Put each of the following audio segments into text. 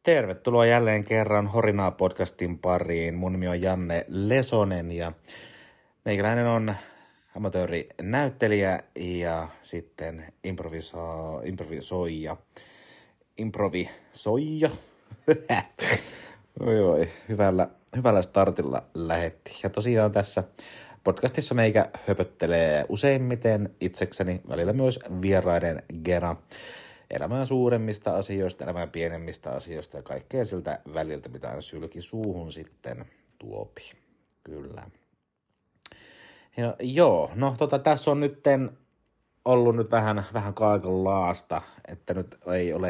Tervetuloa jälleen kerran Horinaa-podcastin pariin. Mun nimi on Janne Lesonen ja meikäläinen on amatöörinäyttelijä ja sitten improvisoija. Oi, hyvällä startilla lähetti. Ja tosiaan tässä podcastissa meikä höpöttelee useimmiten itsekseni, välillä myös vieraiden gera. Elämän suuremmista asioista, elämän pienemmistä asioista ja kaikkea siltä väliltä, mitä aina sylki suuhun sitten tuopi. Kyllä. Ja joo, no tässä on nyt ollut nyt vähän kaikenlaasta, että nyt ei ole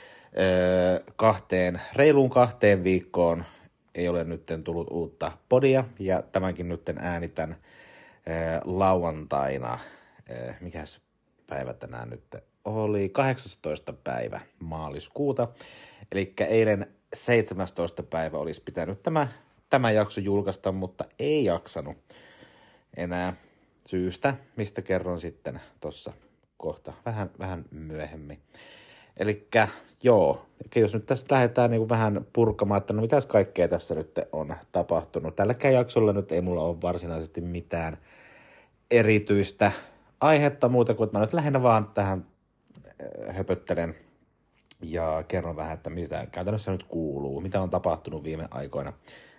reiluun 2 viikkoon ei ole nyt tullut uutta podia ja tämänkin nyt äänitän lauantaina, mikäs päivä tänään nyt oli 18. päivä maaliskuuta, eli eilen 17. päivä olisi pitänyt tämä jakso julkaista, mutta ei jaksanut enää syystä, mistä kerron sitten tuossa kohta vähän myöhemmin. Elikkä joo, jos nyt tästä lähdetään niin vähän purkamaan, että no mitäs kaikkea tässä nyt on tapahtunut. Tälläkään jaksolla nyt ei mulla ole varsinaisesti mitään erityistä aihetta muuta kuin, että mä nyt lähinnä vaan tähän höpöttelen ja kerron vähän, että mitä käytännössä nyt kuuluu, mitä on tapahtunut viime aikoina.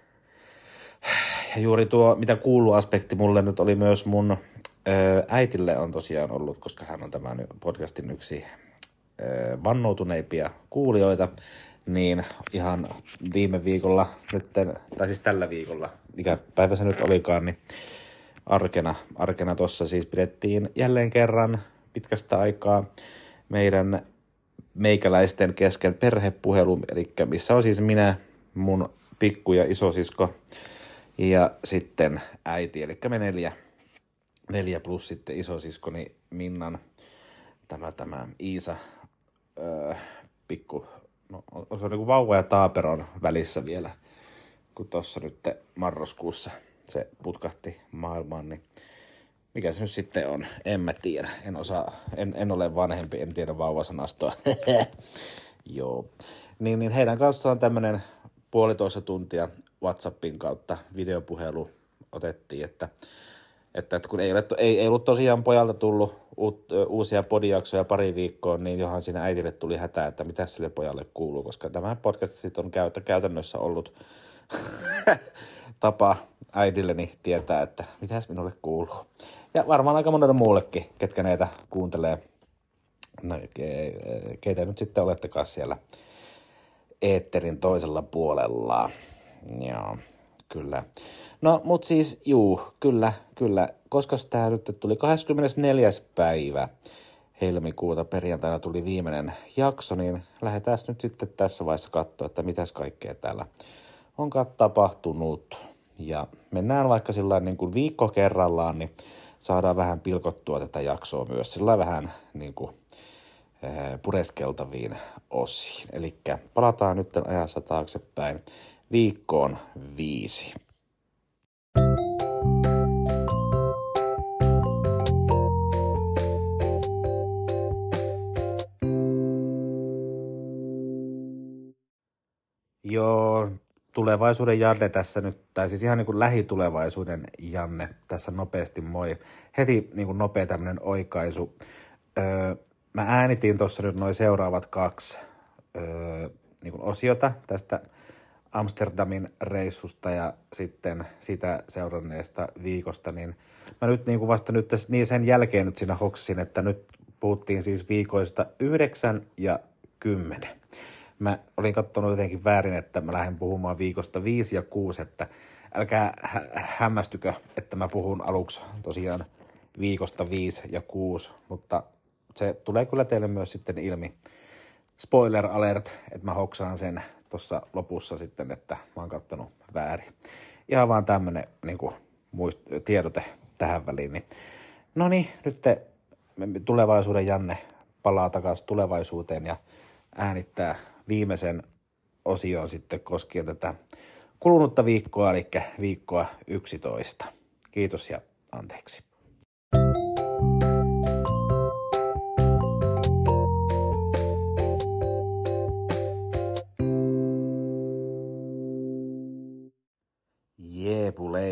Ja juuri tuo, mitä kuuluu aspekti mulle nyt oli myös mun äitille on tosiaan ollut, koska hän on tämän podcastin yksi vannoutuneimpia kuulijoita, niin ihan viime viikolla tai siis tällä viikolla, mikä päivä se nyt olikaan, niin arkena tuossa siis pidettiin jälleen kerran pitkästä aikaa meikäläisten kesken perhepuhelu, eli missä on siis minä, mun pikku- ja isosisko ja sitten äiti, eli me neljä plus sitten isosiskoni Minnan, tämä Iisa, pikku, no se on niin kuin vauva ja taaperon välissä vielä, kun tuossa nyt marraskuussa se putkahti maailmaan, niin mikä se nyt sitten on? En mä tiedä. En ole vanhempi, en tiedä vauvasanastoa. Joo. Niin heidän kanssaan tämmönen 1,5 tuntia WhatsAppin kautta videopuhelu otettiin, että kun ei ollut tosiaan pojalta tullut uusia podijaksoja pari viikkoon, niin johan siinä äitille tuli hätä, että mitä sille pojalle kuuluu, koska tämä podcast sitten on käytännössä ollut tapa äidilleni tietää, että mitäs minulle kuuluu. Ja varmaan aika monelle muullekin, ketkä näitä kuuntelee, keitä nyt sitten olettekaan siellä eetterin toisella puolella. Joo, kyllä. No, mut siis, kyllä. Koska tää nyt tuli 24. päivä helmikuuta perjantaina tuli viimeinen jakso, niin lähdetään nyt sitten tässä vaiheessa katsoa, että mitäs kaikkea täällä onkaan tapahtunut. Ja mennään vaikka sillain niin kuin viikko kerrallaan, niin saadaan vähän pilkottua tätä jaksoa myös sillä vähän niin kuin pureskeltaviin osiin. Eli palataan nyt ajassa taaksepäin viikkoon 5. Joo, tulevaisuuden Janne tässä nyt, tai siis ihan niin kuin lähitulevaisuuden Janne tässä nopeasti moi. Heti niin kuin nopea tämmöinen oikaisu. Mä äänitin tuossa nyt noin seuraavat 2 niin kuin osiota tästä Amsterdamin reissusta ja sitten sitä seuranneesta viikosta, niin mä nyt niin kuin vasta nyt tässä, niin sen jälkeen nyt siinä hoksin, että nyt puhuttiin siis viikoista 9 ja 10. Mä olin katsonut jotenkin väärin, että mä lähden puhumaan viikosta 5 ja 6, että älkää hämmästykö, että mä puhun aluksi tosiaan viikosta 5 ja 6, mutta se tulee kyllä teille myös sitten ilmi. Spoiler alert, että mä hoksaan sen tuossa lopussa sitten, että mä oon katsonut väärin. Ihan vaan tämmönen niin kuin tiedote tähän väliin. No niin, nyt tulevaisuuden Janne palaa takaisin tulevaisuuteen ja äänittää viimeisen osion sitten koskien tätä kulunutta viikkoa, eli viikkoa 11. Kiitos ja anteeksi.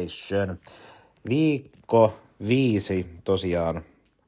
Edition. Viikko 5 tosiaan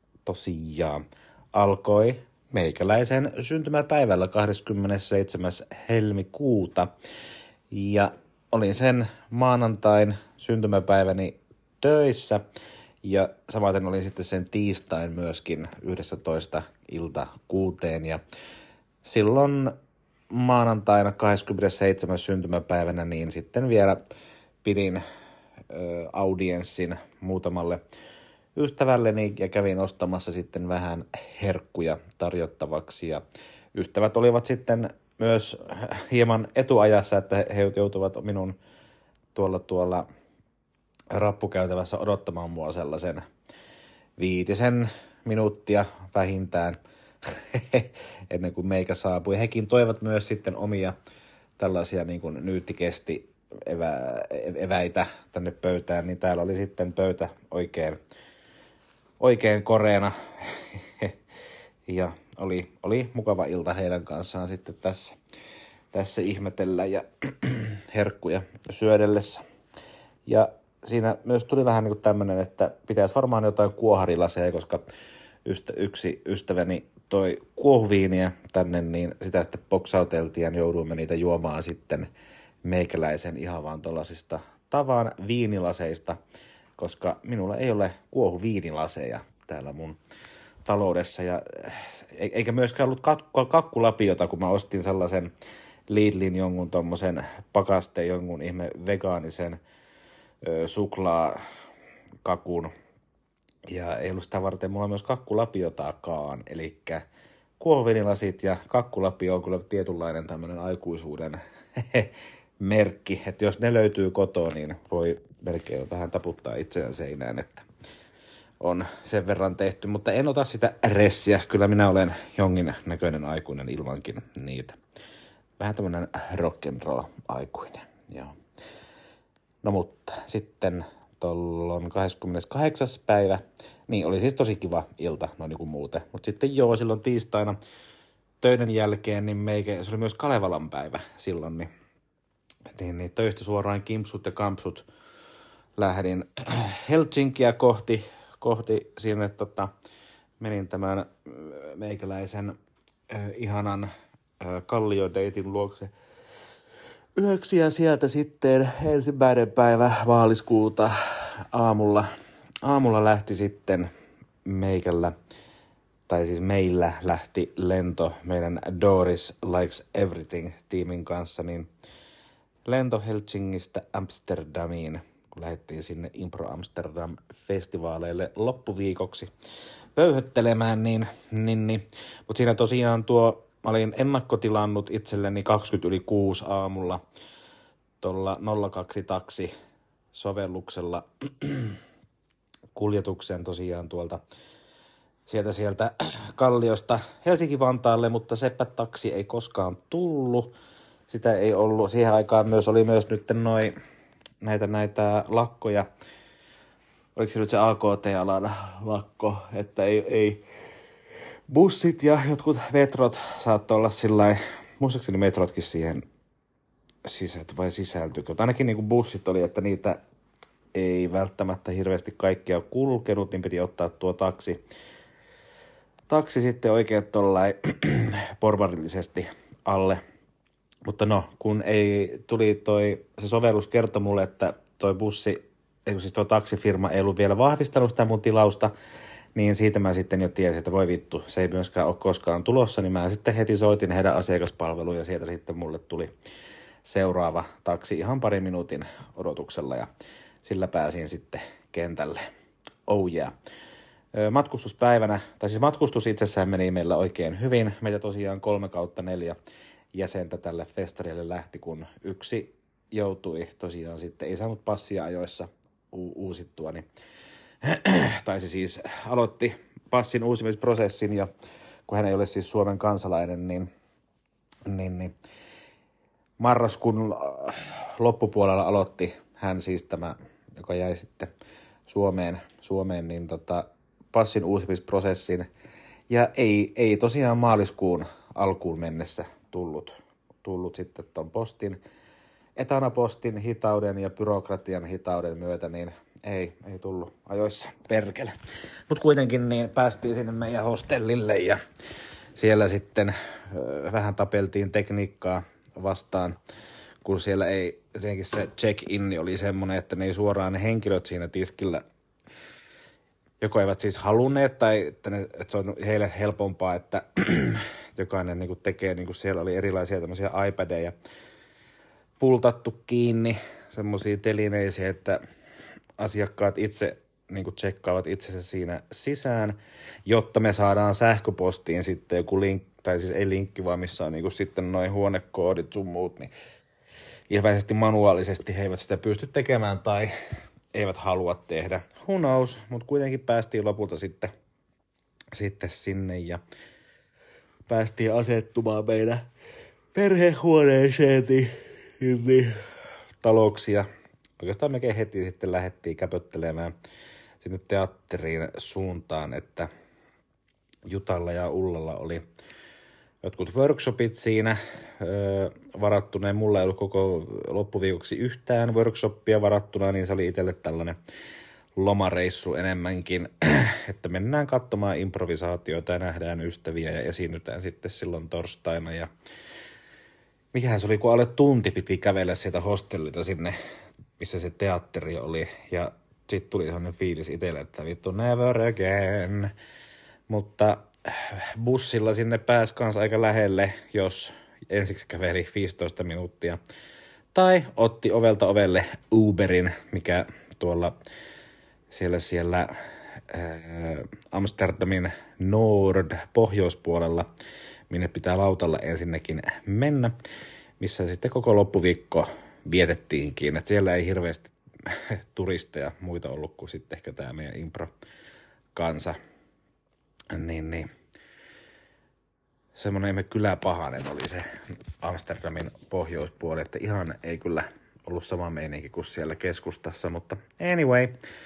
alkoi meikäläisen syntymäpäivällä 27. helmikuuta. Ja olin sen maanantain syntymäpäiväni töissä ja samaten olin sitten sen tiistain myöskin 11 ilta 6. Ja silloin maanantaina 27. syntymäpäivänä niin sitten vielä pidin audienssin muutamalle ystävälleni ja kävin ostamassa sitten vähän herkkuja tarjottavaksi ja ystävät olivat sitten myös hieman etuajassa, että he joutuvat minun tuolla rappukäytävässä odottamaan mua sellaisen 5 minuuttia vähintään ennen kuin meikä saapui. Hekin toivat myös sitten omia tällaisia niin kuin nyyttikesti eväitä tänne pöytään, niin täällä oli sitten pöytä oikein koreena ja oli mukava ilta heidän kanssaan sitten tässä ihmetellä ja herkkuja syödellessä. Ja siinä myös tuli vähän niin kuin tämmöinen, että pitäisi varmaan jotain kuoharilaseja, koska yksi ystäväni toi kuohuviiniä tänne, niin sitä sitten boksauteltiin ja jouduimme niitä juomaan sitten meikäläisen ihan vaan tollasista tavan viinilaseista, koska minulla ei ole kuohuviinilaseja täällä mun taloudessa. Ja eikä myöskään ollut kakkulapiota, kun mä ostin sellaisen Lidlin jonkun tommosen pakasteen, jonkun ihme vegaanisen suklaakakun. Ja ei ollut sitä varten mulla myös kakkulapiotaakaan, eli kuohuviinilasit ja kakkulapio on kyllä tietynlainen tämmöinen aikuisuuden merkki, että jos ne löytyy kotoa, niin voi melkein vähän taputtaa itseään seinään, että on sen verran tehty, mutta en ota sitä ressiä, kyllä minä olen jonkin näköinen aikuinen ilmankin niitä. Vähän tämmöinen rock'n'roll aikuinen, joo. No mutta sitten tuolloin 28. päivä, niin oli siis tosi kiva ilta, no niin kuin muuten. Mutta sitten silloin tiistaina töiden jälkeen, niin se oli myös Kalevalan päivä silloin, niin töistä suoraan kimpsut ja kampsut lähdin Helsinkiä kohti sinne menin tämän meikäläisen ihanan kalliodeitin luokse yöksi ja sieltä sitten 1. päivä maaliskuuta aamulla lähti sitten meillä lähti lento meidän Doris Likes Everything-tiimin kanssa, niin lento Helsingistä Amsterdamiin, kun lähdettiin sinne Impro Amsterdam-festivaaleille loppuviikoksi pöyhöttelemään, niin. Mutta siinä tosiaan mä olin ennakkotilannut itselleni 6 aamulla tuolla 02 taksi-sovelluksella kuljetuksen tosiaan tuolta sieltä Kalliosta Helsinki-Vantaalle, mutta seppä taksi ei koskaan tullut. Sitä ei ollut. Siihen aikaan oli myös nyt näitä lakkoja. Oliko se nyt se AKT-alan lakko, että ei bussit ja jotkut metrot saattoi olla sillain, muistaakseni metrotkin siihen sisältyykö. Mutta ainakin niin kuin bussit oli, että niitä ei välttämättä hirveästi kaikkia kulkenut, niin piti ottaa tuo taksi sitten oikein tuollain porvarillisesti alle. Mutta no, kun tuli se sovellus kertoi mulle, että tuo taksifirma ei ollut vielä vahvistanut sitä mun tilausta, niin siitä mä sitten jo tiesin, että voi vittu, se ei myöskään ole koskaan tulossa, niin mä sitten heti soitin heidän asiakaspalveluun ja sieltä sitten mulle tuli seuraava taksi ihan 2 minuutin odotuksella ja sillä pääsin sitten kentälle. Oh yeah. Matkustuspäivänä, tai siis matkustus itsessään meni meillä oikein hyvin. Meitä tosiaan 3/4 jäsentä tälle festarille lähti, kun yksi joutui tosiaan sitten, ei saanut passia ajoissa uusittua, niin tai se siis aloitti passin uusimisprosessin ja kun hän ei ole siis Suomen kansalainen, niin marraskuun loppupuolella aloitti hän siis tämä, joka jäi sitten Suomeen niin passin uusimisprosessin ja ei tosiaan maaliskuun alkuun mennessä tullut sitten ton postin etanapostin hitauden ja byrokratian hitauden myötä, niin ei tullut ajoissa, perkele. Mutta kuitenkin niin päästiin sinne meidän hostellille ja siellä sitten vähän tapeltiin tekniikkaa vastaan, kun siellä ei, senkin se check-in oli semmoinen, että ne ei suoraan ne henkilöt siinä tiskillä joko eivät siis halunneet tai että se on heille helpompaa, että jokainen niin kuin tekee, niin kuin siellä oli erilaisia tämmöisiä iPadeja pultattu kiinni, semmoisia telineisiä, että asiakkaat itse niin kuin tsekkaavat itsensä siinä sisään, jotta me saadaan sähköpostiin sitten joku linkki, tai siis ei linkki, vaan missä on niin kuin sitten noin huonekoodit sun muut, niin ilmeisesti manuaalisesti he eivät sitä pysty tekemään tai eivät halua tehdä. Who knows, mutta kuitenkin päästiin lopulta sitten sinne ja päästiin asettumaan meidän perhehuoneeseen niin taloksia. Oikeastaan mekin heti sitten lähdettiin käpöttelemään sinne teatteriin suuntaan, että Jutalla ja Ullalla oli jotkut workshopit siinä varattuna. Mulla ei ollut koko loppuviikoksi yhtään workshoppia varattuna, niin se oli itselle tällainen lomareissu enemmänkin, että mennään katsomaan improvisaatioita ja nähdään ystäviä ja esiinnytään sitten silloin torstaina. Ja mikähän se oli, kun alle tunti piti kävellä sieltä hostellilta sinne, missä se teatteri oli. Ja sitten tuli sellainen fiilis itselle, että vittu never again. Mutta bussilla sinne pääsi kanssa aika lähelle, jos ensiksi käveli 15 minuuttia. Tai otti ovelta ovelle Uberin, mikä tuolla siellä Amsterdamin pohjoispuolella, minne pitää lautalla ensinnäkin mennä, missä sitten koko loppuviikko vietettiinkin. Et siellä ei hirveästi turisteja muita ollut kuin sitten ehkä tämä meidän impro-kansa. Niin. Semmoinen ihme kyläpahanen oli se Amsterdamin pohjoispuoli, että ihan ei kyllä ollut sama meininki kuin siellä keskustassa, mutta anyway,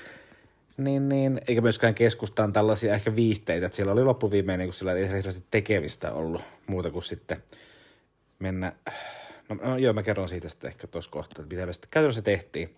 niin eikä myöskään keskustaan tällaisia ehkä viihteitä, että siellä oli loppuviimeinen, kun siellä ei hirveästi tekemistä ollut muuta kuin sitten mennä, no joo, mä kerron siitä sitten ehkä tuossa kohtaa, että mitä me sitten käytännössä tehtiin.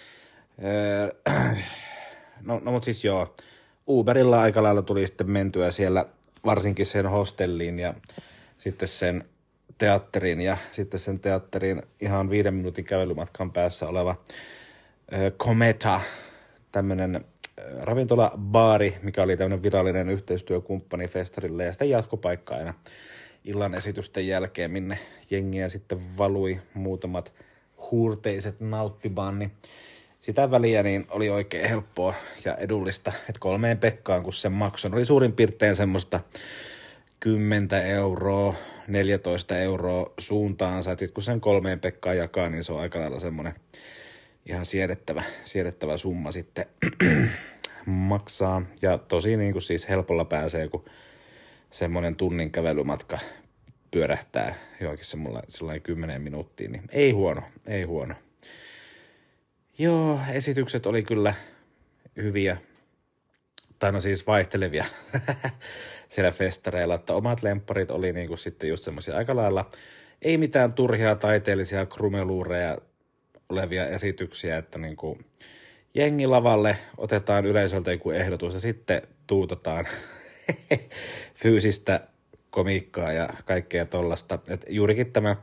No mutta siis joo, Uberilla aika lailla tuli sitten mentyä siellä varsinkin sen hostelliin ja sitten sen teatterin ja sitten sen teatterin ihan 5 minuutin kävelymatkan päässä oleva Cometa, tämmöinen ravintola-baari, mikä oli tämmöinen virallinen yhteistyökumppani festarille ja sitten jatkopaikka aina illan esitysten jälkeen, minne jengiä sitten valui muutamat huurteiset nauttimaan, niin sitä väliä niin oli oikein helppoa ja edullista, että 3 pekkaan, kun sen makson oli suurin piirtein semmoista 10 €, 14 € suuntaansa. Et sit kun sen 3 pekkaan jakaa, niin se on aika lailla semmoinen ihan siedettävä summa sitten maksaa. Ja tosi niin kuin siis helpolla pääsee, kun semmoinen tunnin kävelymatka pyörähtää johonkin sellainen 10 minuuttiin, niin ei huono. Joo, esitykset oli kyllä hyviä, tai no siis vaihtelevia siellä festareilla, että omat lempparit oli niinku sitten just semmoisia aika lailla, ei mitään turhia taiteellisia krumeluureja olevia esityksiä, että niinku jengi lavalle, otetaan yleisöltä joku ehdotus ja sitten tuutetaan fyysistä komiikkaa ja kaikkea tollasta. Et juurikin tämä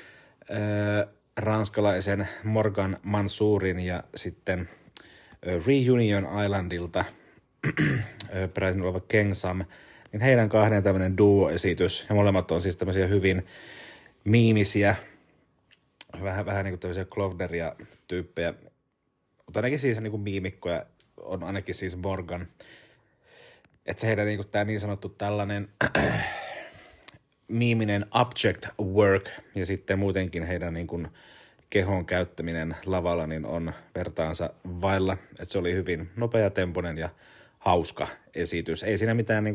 ranskalaisen Morgan Mansourin ja sitten Reunion Islandilta peräisin oleva Kengsam, niin heidän kahden tämmöinen duo-esitys, ja molemmat on siis tämmöisiä hyvin miimisiä, vähän niin kuin tämmöisiä Klovneria-tyyppejä, mutta ainakin siis niin kuin miimikkoja on ainakin siis Morgan, että se heidän niin kuin tämä niin sanottu tällainen miiminen object work ja sitten muutenkin heidän niin kuin kehon käyttäminen lavalla niin on vertaansa vailla, että se oli hyvin nopeatempoinen ja hauska esitys. Ei siinä mitään,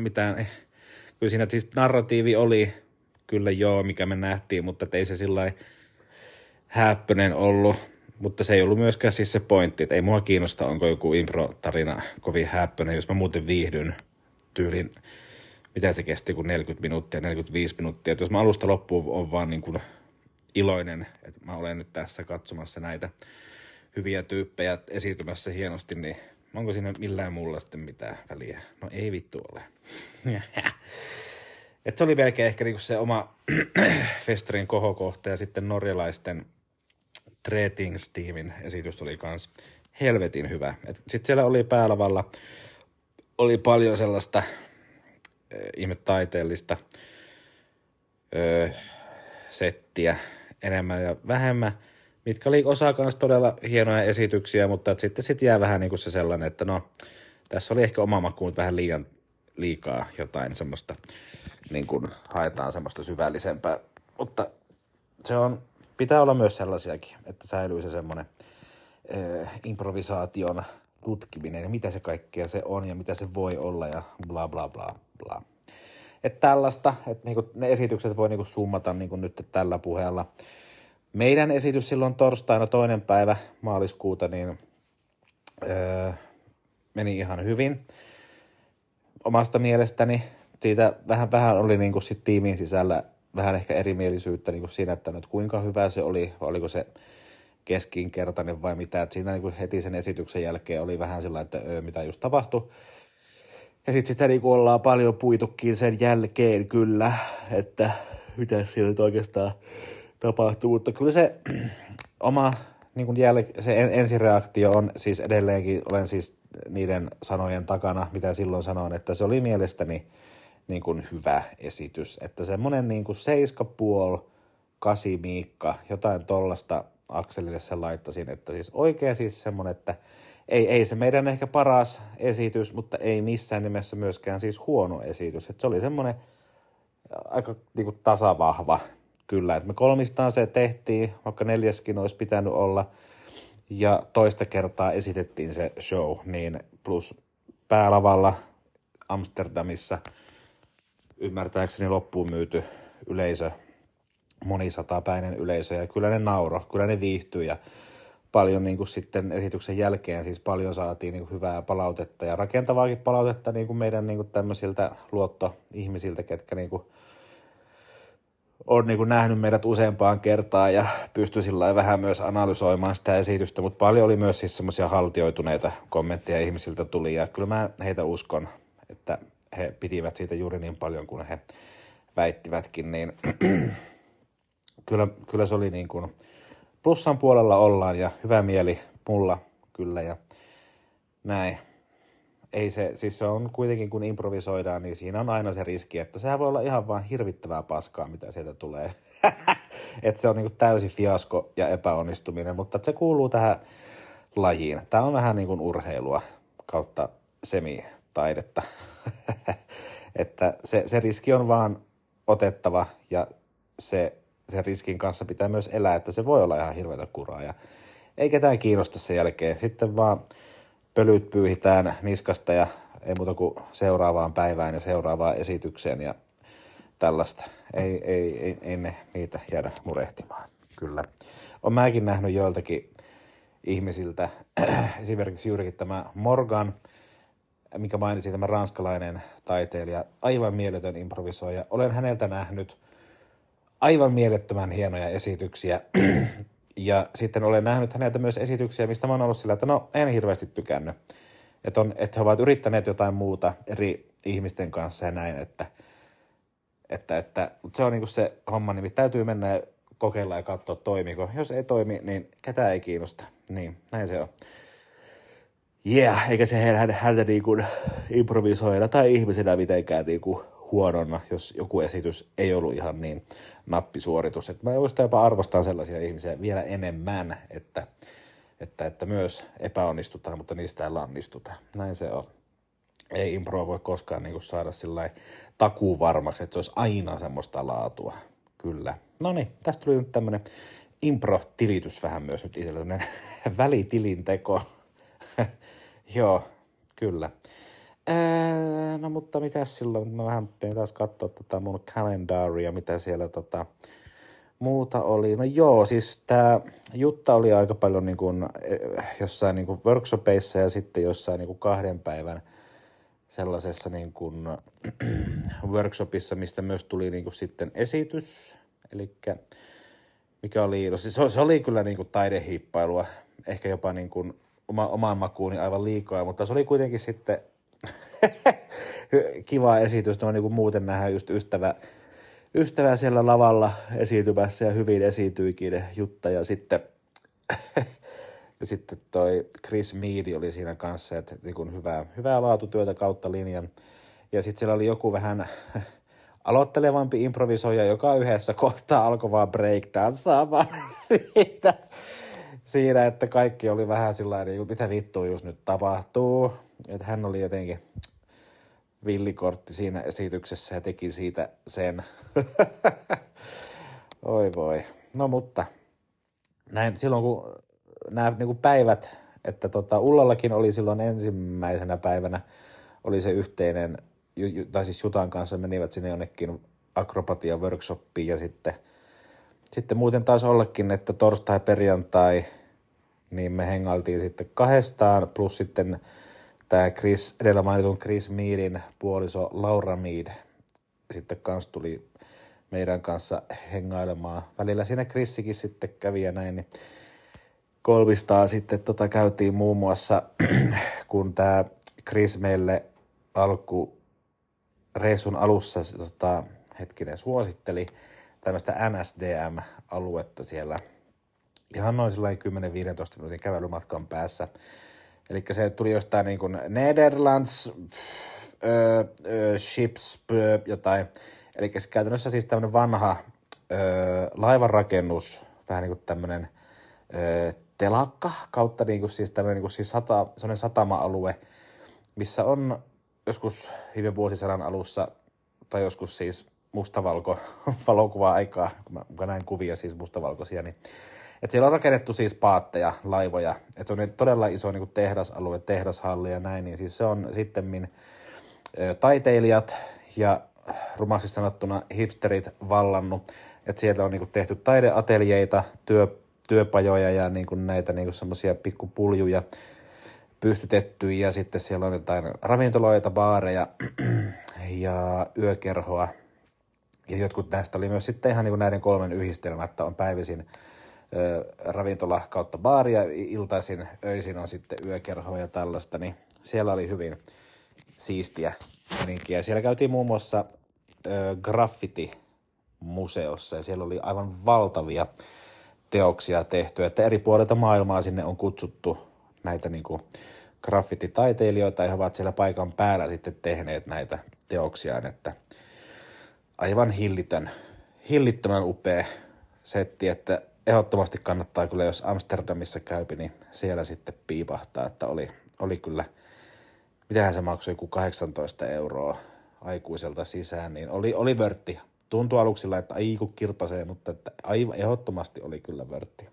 kyllä siinä siis narratiivi oli kyllä joo, mikä me nähtiin, mutta ei se sillä häppönen ollut, mutta se ei ollut myöskään siis se pointti, että ei mua kiinnosta, onko joku impro-tarina kovin häppönen, jos mä muuten viihdyn tyylin, mitä se kesti, kun 40 minuuttia, 45 minuuttia, että jos mä alusta loppuun on vaan niin kuin iloinen, että mä olen nyt tässä katsomassa näitä hyviä tyyppejä esiintymässä hienosti, niin onko siinä millään muulla sitten mitään väliä? No ei vittu ole. Et se oli melkein ehkä niinku se oma festarin kohokohta ja sitten norjalaisten Tretings-tiimin esitys oli kans helvetin hyvä. Sitten siellä oli päälavalla oli paljon sellaista ihme taiteellista settiä enemmän ja vähemmän, mitkä oli osa kanssa todella hienoja esityksiä, mutta sitten jää vähän niin kuin se sellainen, että no, tässä oli ehkä oma makuun vähän liikaa jotain semmoista, niin kuin haetaan semmoista syvällisempää, mutta se on, pitää olla myös sellaisiakin, että säilyy se semmoinen improvisaation tutkiminen ja mitä se kaikkea se on ja mitä se voi olla ja bla bla bla bla. Että tällaista, että niinku ne esitykset voi niinku summata niinku nyt tällä puheella. Meidän esitys silloin torstaina 2. päivä maaliskuuta niin meni ihan hyvin. Omasta mielestäni siitä vähän oli niinku sit tiimin sisällä vähän ehkä erimielisyyttä niinku siinä, että nyt kuinka hyvä se oli, vai oliko se keskinkertainen vai mitä. Et siinä niinku heti sen esityksen jälkeen oli vähän sillä, että mitä just tapahtui. Ja sitten sitä niinku ollaan paljon puitukin sen jälkeen kyllä, että mitä siinä nyt oikeastaan tapahtuu. Mutta kyllä se oma niin se ensireaktio on siis edelleenkin, olen siis niiden sanojen takana, mitä silloin sanoin, että se oli mielestäni niin kuin hyvä esitys. Että semmoinen niin kuin 7,5, 8 Miikka, jotain tollasta Akselille sen laittaisin, että siis oikein siis semmoinen, että ei se meidän ehkä paras esitys, mutta ei missään nimessä myöskään siis huono esitys. Että se oli semmoinen aika niin kuin tasavahva kyllä, että me kolmistaan se tehtiin, vaikka 4. olisi pitänyt olla, ja toista kertaa esitettiin se show, niin plus päälavalla Amsterdamissa ymmärtääkseni loppuun myyty yleisö, monisatapäinen yleisö, ja kyllä ne nauro, kyllä ne viihtyi, ja paljon niin kuin sitten esityksen jälkeen siis paljon saatiin niin kuin hyvää palautetta ja rakentavaakin palautetta niin kuin meidän niin kuin tämmöisiltä luottoihmisiltä, ketkä niin kuin on niin kuin nähnyt meidät useampaan kertaan ja pystyi sillä vähän myös analysoimaan sitä esitystä, mutta paljon oli myös siis semmoisia haltioituneita kommentteja ihmisiltä tuli ja kyllä mä heitä uskon, että he pitivät siitä juuri niin paljon kuin he väittivätkin, niin kyllä se oli niin kuin plussan puolella ollaan ja hyvä mieli mulla kyllä ja näin. Ei se, siis se on kuitenkin kun improvisoidaan, niin siinä on aina se riski, että sehän voi olla ihan vaan hirvittävää paskaa, mitä sieltä tulee. Että se on niin kuin täysi fiasko ja epäonnistuminen, mutta se kuuluu tähän lajiin. Tämä on vähän niin kuin urheilua kautta semitaidetta. Että se riski on vaan otettava ja sen riskin kanssa pitää myös elää, että se voi olla ihan hirveätä kuraa ja ei ketään kiinnosta sen jälkeen. Sitten vaan pölyt pyyhitään niskasta ja ei muuta kuin seuraavaan päivään ja seuraavaan esitykseen ja tällaista. Ei ne niitä jäädä murehtimaan. Kyllä. Olen mäkin nähnyt joiltakin ihmisiltä, esimerkiksi juurikin tämä Morgan, mikä mainitsi tämä ranskalainen taiteilija, aivan mieletön improvisoija. Olen häneltä nähnyt aivan mielettömän hienoja esityksiä. Ja sitten olen nähnyt häneltä myös esityksiä, mistä mä oon ollut sillä, että no en hirveästi tykännyt. Että he ovat yrittäneet jotain muuta eri ihmisten kanssa ja näin, että se on niinku se homma, niin täytyy mennä ja kokeilla ja katsoa toimiko. Jos ei toimi, niin ketään ei kiinnosta. Niin, näin se on. Eikä se häntä niinku improvisoida tai ihmisenä mitenkään niinku huonona, jos joku esitys ei ollut ihan niin nappisuoritus. Et mä oikeastaan jopa arvostan sellaisia ihmisiä vielä enemmän, että myös epäonnistutaan, mutta niistä ei lannistuta. Näin se on. Ei impro voi koskaan niinku saada sillai takuu varmaksi, että se olisi aina semmoista laatua. Kyllä. No niin, tästä tuli nyt tämmönen impro-tilitys vähän myös nyt itsellä, välitilin teko. Joo, kyllä. No mutta mitäs silloin, mä vähän taas katsoa mun kalendaria, mitä siellä muuta oli. No joo, siis tää Jutta oli aika paljon niin kuin jossain niin kuin workshopeissa ja sitten jossain niin kuin 2 päivän sellaisessa niin kuin workshopissa, mistä myös tuli niin kuin sitten esitys. Elikkä mikä oli, no se oli kyllä niin kuin taidehiippailua, ehkä jopa niin kuin omaan makuuni aivan liikaa, mutta se oli kuitenkin sitten kiva esitys, no niin kuin muuten nähdään just ystävä siellä lavalla esiintymässä ja hyvin esiintyikin Jutta ja sitten ja sitten toi Chris Mead oli siinä kanssa, että niin kuin hyvää laatutyötä kautta linjan. Ja sitten siellä oli joku vähän aloittelevampi improvisoija, joka yhdessä kohtaa alkoi vaan breakdansaamaan siinä, että kaikki oli vähän sillä niin mitä vittua just nyt tapahtuu. Että hän oli jotenkin villikortti siinä esityksessä ja teki siitä sen. Oi voi. No mutta näin silloin kun nämä niin kuin päivät, että Ullallakin oli silloin ensimmäisenä päivänä oli se yhteinen, tai siis Jutan kanssa menivät sinne jonnekin akrobatia workshoppiin ja sitten muuten taisi ollakin, että torstai, perjantai, niin me hengailtiin sitten kahdestaan, plus sitten tämä edellä mainitun Chris Meadin puoliso Laura Mead sitten kanssa tuli meidän kanssa hengailemaan. Välillä siinä Chrissikin sitten kävi ja näin, niin kolmistaan sitten käytiin muun muassa, kun tämä Chris meille reissun alussa suositteli tämmöistä NSDM-aluetta siellä ihan noin 10-15 minuutin kävelymatkan päässä. Eli se tuli jostain niin kuin Nederlands, ships, jotain. Eli käytännössä siis tämmöinen vanha laivanrakennus, vähän niin kuin tämmöinen telakka kautta niin kuin siis tämmöinen niin kuin siis sellainen satama-alue, missä on joskus viime vuosisadan alussa, tai joskus siis valokuva-aikaa, kun näin kuvia siis mustavalkoisia, niin että siellä on rakennettu siis paatteja, laivoja, että se on todella iso niin kuin tehdasalue, tehdashalli ja näin, niin siis se on sittemmin taiteilijat ja rumaksi sanottuna hipsterit vallannut, että siellä on niin kuin tehty taideateljeita, työpajoja ja niin kuin näitä niin kuin semmoisia pikkupuljuja pystytetty ja sitten siellä on jotain ravintoloita, baareja ja yökerhoa. Ja jotkut näistä oli myös sitten ihan niin kuin näiden kolmen yhdistelmä, että on päivisin ravintola kautta baaria, iltaisin, öisin on sitten yökerhoa ja tällaista, niin siellä oli hyvin siistiä meninkiä. Siellä käytiin muun muassa graffiti-museossa ja siellä oli aivan valtavia teoksia tehty, että eri puolilta maailmaa sinne on kutsuttu näitä niin kuin graffititaiteilijoita ja he ovat siellä paikan päällä sitten tehneet näitä teoksiaan, että aivan hillittömän upea setti, että ehdottomasti kannattaa kyllä, jos Amsterdamissa käypi, niin siellä sitten piipahtaa, että oli kyllä, mitähän se maksoi, joku 18 € aikuiselta sisään, niin oli vörtti. Tuntui aluksilla, että kun kirpasee, mutta että aivan ehdottomasti oli kyllä vörtti.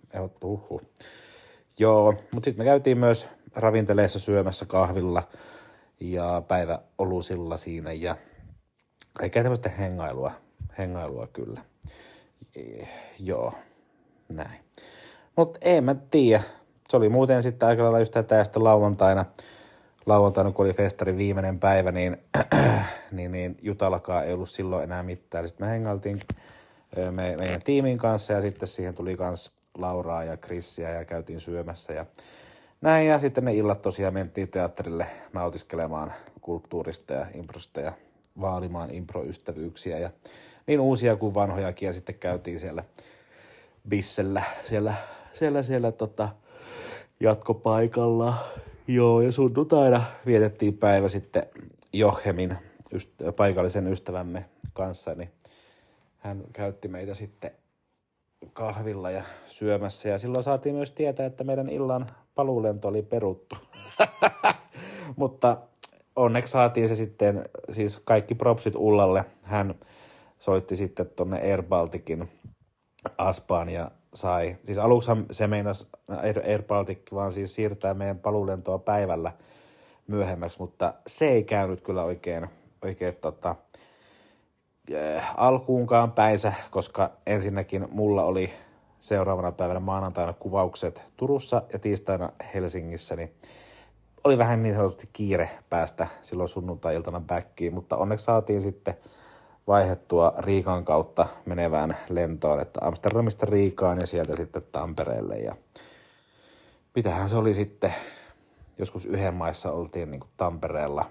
Joo, mutta sitten me käytiin myös ravinteleissa syömässä kahvilla ja päiväolusilla siinä ja kaikkea tämmöistä hengailua kyllä. Joo, näin. Mutta ei mä tiedä. Se oli muuten sitten aika lailla just tästä lauantaina, kun oli festarin viimeinen päivä, niin Jutallakaan ei ollut silloin enää mitään. Sitten me hengailtiin meidän tiimin kanssa ja sitten siihen tuli myös Lauraa ja Chrissiä ja käytiin syömässä ja näin. Ja sitten ne illat tosiaan mentiin teatterille nautiskelemaan kulttuurista ja improsta ja vaalimaan improystävyyksiä ja niin uusia kuin vanhojakin ja sitten käytiin siellä bissellä siellä jatkopaikalla. Joo, ja sunnuntaina vietettiin päivä sitten Jochemin paikallisen ystävämme kanssa, niin hän käytti meitä sitten kahvilla ja syömässä ja silloin saatiin myös tietää, että meidän illan paluulento oli peruttu. Mutta onneksi saatiin se sitten, siis kaikki propsit Ullalle. Hän soitti sitten tonne Air Balticin Aspaan ja sai, siis aluksi se meinasi Air Baltic vaan siis siirtää meidän paluulentoa päivällä myöhemmäksi, mutta se ei käynyt kyllä oikein alkuunkaan päinsä, koska ensinnäkin mulla oli seuraavana päivänä maanantaina kuvaukset Turussa ja tiistaina Helsingissä, niin oli vähän niin sanotusti kiire päästä silloin sunnuntai-iltana backiin, mutta onneksi saatiin sitten vaihdettua Riikan kautta menevään lentoon, että Amsterdamista Riikaan ja sieltä sitten Tampereelle. Ja mitähän se oli sitten, joskus yhden maissa oltiin niin kuin Tampereella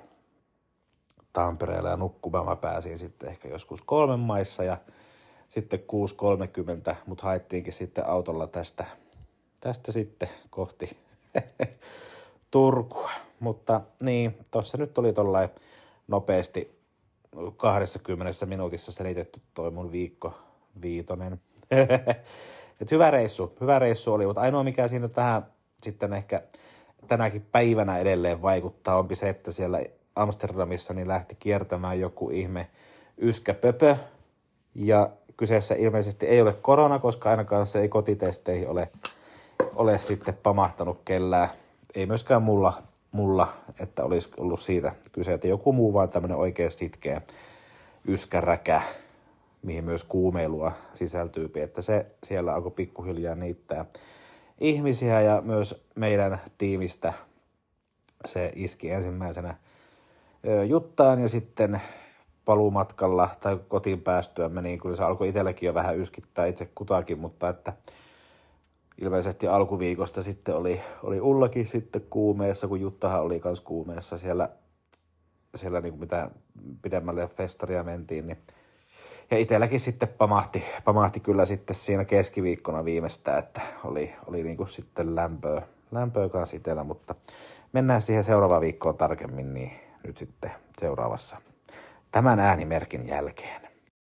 ja nukkumaan mä pääsin sitten ehkä joskus 3 maissa ja sitten 6.30, mut haettiinkin sitten autolla tästä sitten kohti Turkua. Mutta niin, tossa nyt oli tollain nopeasti 20 minuutissa selitetty toi mun viikko viitonen. Et hyvä reissu oli, mutta ainoa mikä siinä nyt vähän sitten ehkä tänäkin päivänä edelleen vaikuttaa onpi se, että siellä Amsterdamissa niin lähti kiertämään joku ihme yskäpöpö ja kyseessä ilmeisesti ei ole korona, koska ainakaan se ei kotitesteihin ole sitten pamahtanut kellään. Ei myöskään mulla, että olisi ollut siitä kyse, että joku muu vaan tämmöinen oikein sitkeä yskäräkä, mihin myös kuumeilua sisältyy, että se siellä alkoi pikkuhiljaa niittää ihmisiä ja myös meidän tiimistä se iski ensimmäisenä Juttaan ja sitten paluumatkalla tai kotiin päästyämme, niin kyllä se alkoi itselläkin jo vähän yskittää itse kutakin, mutta että ilmeisesti alkuviikosta sitten oli Ullakin sitten kuumeessa, kun Juttahan oli myös kuumeessa siellä niin kuin mitä pidemmälle festaria mentiin, niin ja itselläkin sitten pamahti kyllä sitten siinä keskiviikkona viimeistään, että oli niin kuin sitten lämpöä kanssa itsellä, mutta mennään siihen seuraavaan viikkoon tarkemmin, niin nyt sitten seuraavassa tämän äänimerkin jälkeen.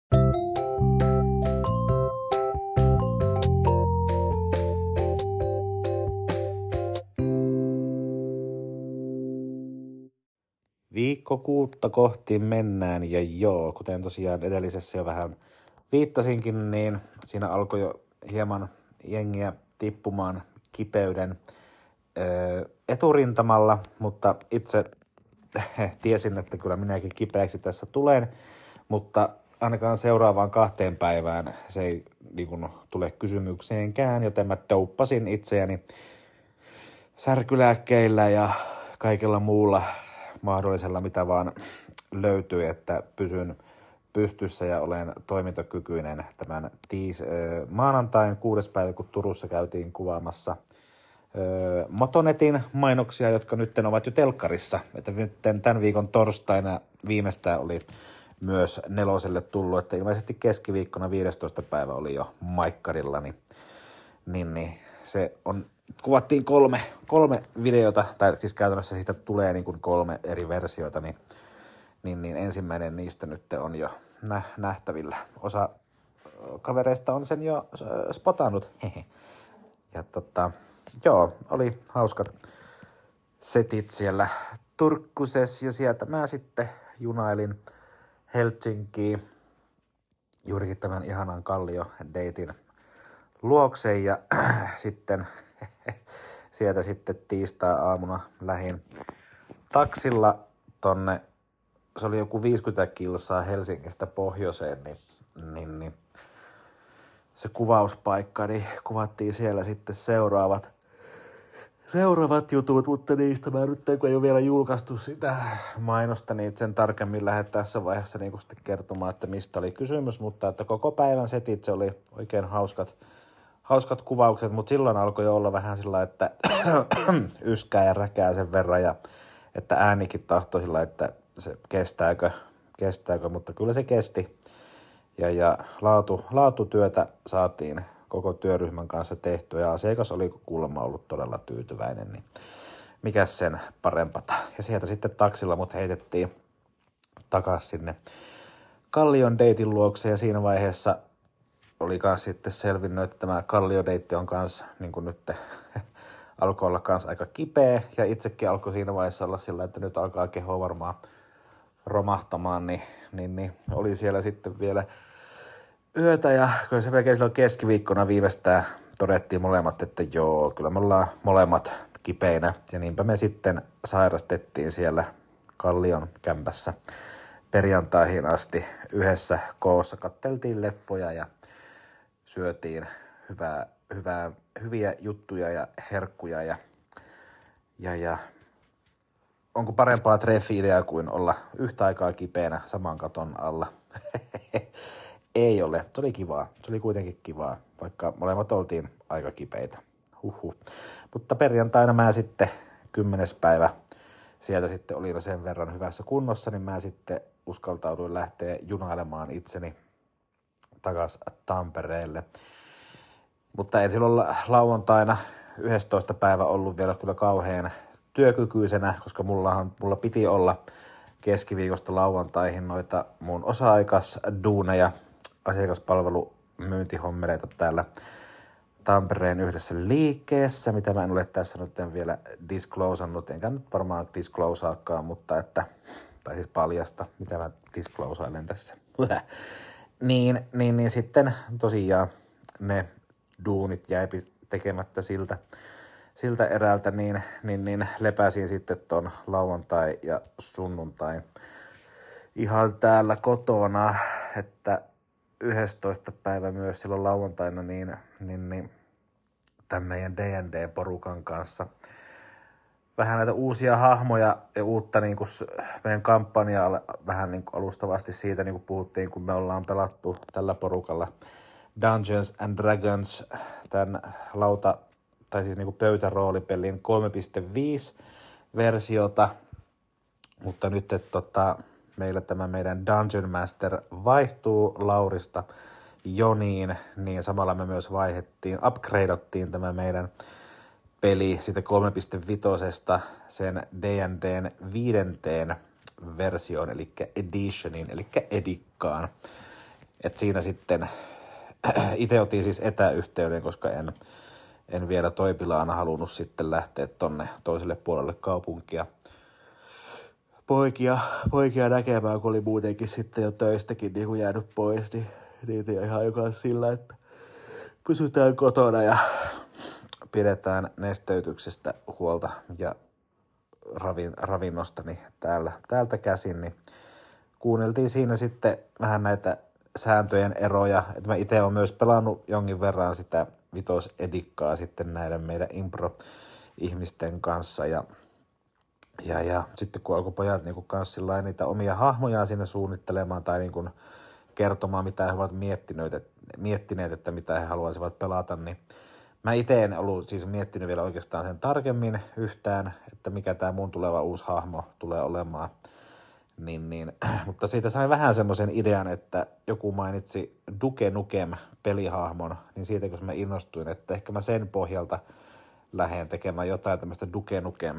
Viikko 6 kohti mennään ja joo, kuten tosiaan edellisessä jo vähän viittasinkin, niin siinä alkoi jo hieman jengiä tippumaan kipeyden eturintamalla, mutta itse tiesin, että kyllä minäkin kipeäksi tässä tulen, mutta ainakaan seuraavaan 2 päivään se ei niin kuin tule kysymykseenkään, joten mä douppasin itseäni särkylääkkeillä ja kaikella muulla mahdollisella, mitä vaan löytyy, että pysyn pystyssä ja olen toimintakykyinen tämän maanantain 6. päivä, kun Turussa käytiin kuvaamassa Motonetin mainoksia, jotka nyt ovat jo telkkarissa. Että nyt tämän viikon torstaina viimeistään oli myös 4 tullut, että ilmeisesti keskiviikkona 15. päivä oli jo maikkarilla, niin se on, kuvattiin 3 videota, tai siis käytännössä siitä tulee niin kuin 3 eri versiota, niin ensimmäinen niistä nyt on jo nähtävillä. Osa kavereista on sen jo spotannut. Ja joo, oli hauskat setit siellä Turkkusessa ja sieltä mä sitten junailin Helsinkiin juurikin tämän ihanan Kallio-deitin luokse ja sitten sieltä sitten tiistai-aamuna lähin taksilla tonne, se oli joku 50 kilsaa Helsingistä pohjoiseen, niin se kuvauspaikka, niin kuvattiin siellä sitten seuraavat jutut, mutta niistä mä nyt kun ei ole vielä julkaistu sitä mainosta, niin sen tarkemmin lähden tässä vaiheessa niin sitten kertomaan, että mistä oli kysymys, mutta että koko päivän setit, se oli oikein hauskat kuvaukset, mutta silloin alkoi jo olla vähän sillä, että yskää ja räkää sen verran ja että äänikin tahtoi sillä, että se kestääkö, mutta kyllä se kesti. Ja laatutyötä saatiin koko työryhmän kanssa tehtyä ja asiakas oli kuulemma ollut todella tyytyväinen, niin mikäs sen parempata. Ja sieltä sitten taksilla mut heitettiin takaisin sinne Kallion deitin luokse ja siinä vaiheessa oli kans sitten selvinnyt, että tämä Kallio-deitti on kans niin kuin nyt alkoi olla kans aika kipeä ja itsekin alkoi siinä vaiheessa olla sillä, että nyt alkaa keho varmaan romahtamaan, niin oli siellä sitten vielä yötä ja kyllä se melkein silloin keskiviikkona viimeistään todettiin molemmat, että joo, kyllä me ollaan molemmat kipeinä ja niinpä me sitten sairastettiin siellä Kallion kämpässä perjantaihin asti yhdessä koossa, katteltiin leffoja ja syötiin hyviä juttuja ja herkkuja ja onko parempaa treffi-ideaa kuin olla yhtä aikaa kipeänä saman katon alla. Ei ole. Se oli kivaa. Se oli kuitenkin kivaa, vaikka molemmat oltiin aika kipeitä. Huhhuh. Mutta perjantaina mä sitten 10. päivä sieltä sitten olin sen verran hyvässä kunnossa, niin mä sitten uskaltauduin lähteä junailemaan itseni takas Tampereelle. Mutta en silloin lauantaina 11. päivä ollut vielä kyllä kauhean työkykyisenä, koska mulla piti olla keskiviikosta lauantaihin noita mun osa-aikasduuneja, asiakaspalvelumyyntihommeleita täällä Tampereen yhdessä liikkeessä, mitä mä en ole tässä nyt vielä disclosannut, enkä nyt varmaan disclosaakaan, mutta että, tai siis paljasta, mitä mä disclosailen tässä. niin sitten tosiaan ne duunit jäi tekemättä siltä eräältä, niin lepäsin sitten ton lauantai ja sunnuntai ihan täällä kotona, että 11. päivä myös silloin lauantaina, niin tämän meidän D&D-porukan kanssa vähän näitä uusia hahmoja ja uutta niin kuin meidän kampanjaa vähän niin kuin alustavasti siitä niin kuin puhuttiin, kun me ollaan pelattu tällä porukalla Dungeons and Dragons, tämän tai siis niin kuin pöytäroolipelin 3.5 versiota, mutta nyt meillä tämä meidän Dungeon Master vaihtuu Laurista Joniin, niin samalla me myös upgradeattiin tämä meidän peli siitä 3.5 sen D&Dn 5. versioon, eli editioniin, eli edikkaan. Et siinä sitten itse otin siis etäyhteyden, koska en vielä Toipilaana halunnut sitten lähteä tonne toiselle puolelle kaupunkia poikia näkemään, kun oli muutenkin sitten jo töistäkin niin kuin jäänyt pois, niin ihan joka sillä, että pysytään kotona ja pidetään nesteytyksestä huolta ja ravinnosta niin täältä käsin, niin kuunneltiin siinä sitten vähän näitä sääntöjen eroja, että mä itse olen myös pelannut jonkin verran sitä vitosedikkaa sitten näiden meidän impro-ihmisten kanssa ja sitten kun alkoi pojat niin kanssa niitä omia hahmojaan sinne suunnittelemaan tai niin kertomaan, mitä he ovat miettineet, että mitä he haluaisivat pelata, niin mä itse en ollut siis miettinyt vielä oikeastaan sen tarkemmin yhtään, että mikä tämä mun tuleva uusi hahmo tulee olemaan. Mutta siitä sain vähän semmoisen idean, että joku mainitsi Duke Nukem pelihahmon, niin siitä kun mä innostuin, että ehkä mä sen pohjalta lähden tekemään jotain tämmöistä Duke Nukem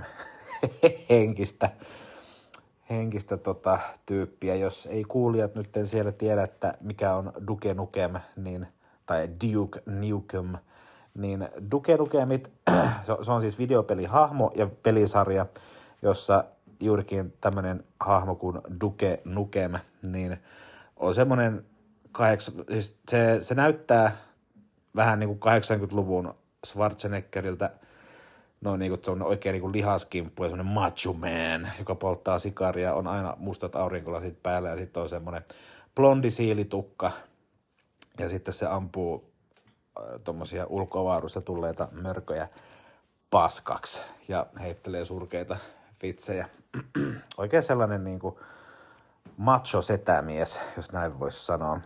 henkistä tyyppiä. Jos ei kuulijat nyt siellä tiedä, että mikä on Duke Nukem, tai Duke Nukem, niin Duke Nukemit, se on siis videopelihahmo ja pelisarja, jossa juurikin tämmöinen hahmo kuin Duke Nukem, niin on semmoinen, siis se näyttää vähän niin kuin 80-luvun Schwarzeneggeriltä, no niin kuin se on oikein niin kuin lihaskimppu ja semmoinen macho man, joka polttaa sikaria, on aina mustat aurinkolasit päällä ja sitten on semmoinen blondi siilitukka ja sitten se ampuu tommosia ulkoavaruudessa tulleita mörköjä paskaksi ja heittelee surkeita vitsejä. Oikein sellainen niin kuin macho setämies, jos näin voisi sanoa.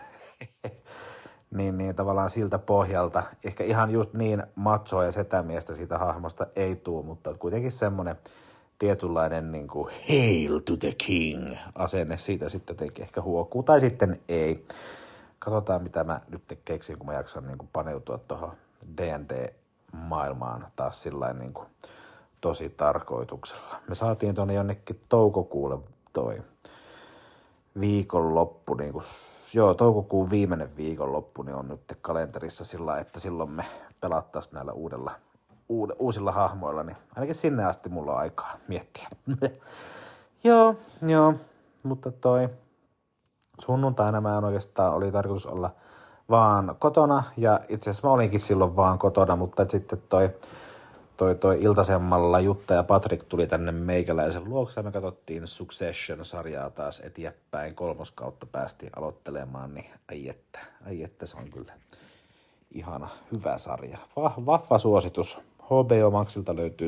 niin tavallaan siltä pohjalta, ehkä ihan just niin machoa ja setämiestä siitä hahmosta ei tule, mutta kuitenkin semmoinen tietynlainen niin kuin hail to the king asenne siitä sitten ehkä huokuu, tai sitten ei. Katsotaan, mitä mä nyt keksin, kun mä jaksan niin kuin paneutua tuohon D&D-maailmaan taas sillain niin kuin tosi tarkoituksella. Me saatiin tuonne jonnekin toukokuulle toi viikonloppu, niin kuin, toukokuun viimeinen viikonloppu niin on nyt kalenterissa sillä, että silloin me pelattaisiin näillä uusilla hahmoilla, niin ainakin sinne asti mulla on aikaa miettiä. Joo, mutta toi sunnuntaina mä oikeastaan oli tarkoitus olla vaan kotona, ja itse asiassa mä olinkin silloin vaan kotona, mutta sitten toi iltasemmalla Jutta ja Patrick tuli tänne meikäläisen luokse, ja me katsottiin Succession-sarjaa taas eteenpäin, 3. kautta päästiin aloittelemaan, niin ai että se on kyllä ihana, hyvä sarja. Vahva suositus. HBO Maxilta löytyy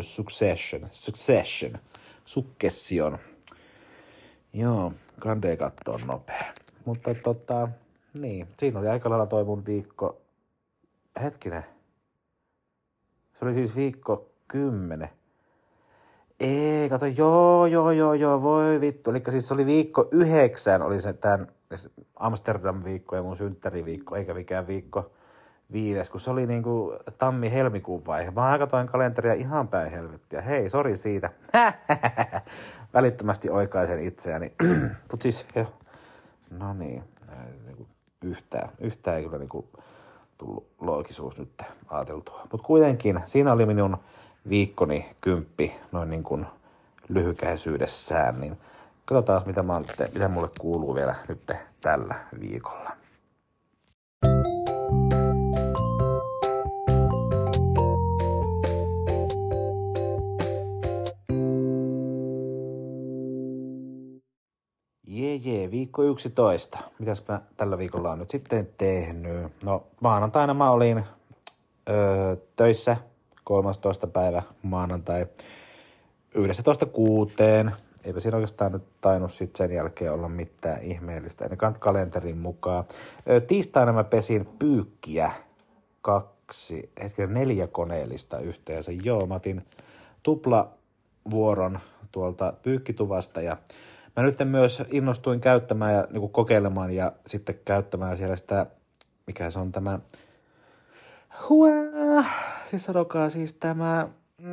Succession. Joo, kandee kattoon nopea. Mutta Niin, siinä oli aika lailla toi mun viikko. Hetkinen. Se oli siis viikko 10. Ei, kato, joo, voi vittu. Eli siis se oli viikko 9, oli se tämän Amsterdam-viikko ja mun synttäriviikko, eikä mikään viikko 5, kun se oli niinku tammi-helmikuun vaihe. Mä katoin kalenteria ihan päin helvettiä. Hei, sori siitä. Välittömästi oikaisen itseäni. Mut siis, no niin, yhtään ei kyllä niinku tullut loogisuus nyt ajateltua. Mut kuitenkin, siinä oli minun viikkoni 10 noin niin kuin lyhykäisyydessään, niin katsotaan mitä mulle kuuluu vielä nyt tällä viikolla. Viikko 11. Mitäs mä tällä viikolla on nyt sitten tehnyt? No maanantaina mä olin töissä 13. päivä maanantai 11.6. Eipä siinä oikeastaan nyt tainnut sitten sen jälkeen olla mitään ihmeellistä, ainakaan kalenterin mukaan. Tiistaina mä pesin pyykkiä 4 koneellista yhteensä. Joo, mä otin tuplavuoron tuolta pyykkituvasta ja mä nyt myös innostuin käyttämään ja niin kokeilemaan ja sitten käyttämään siellä sitä, mikä se on tämä, siis sanokaa siis tämä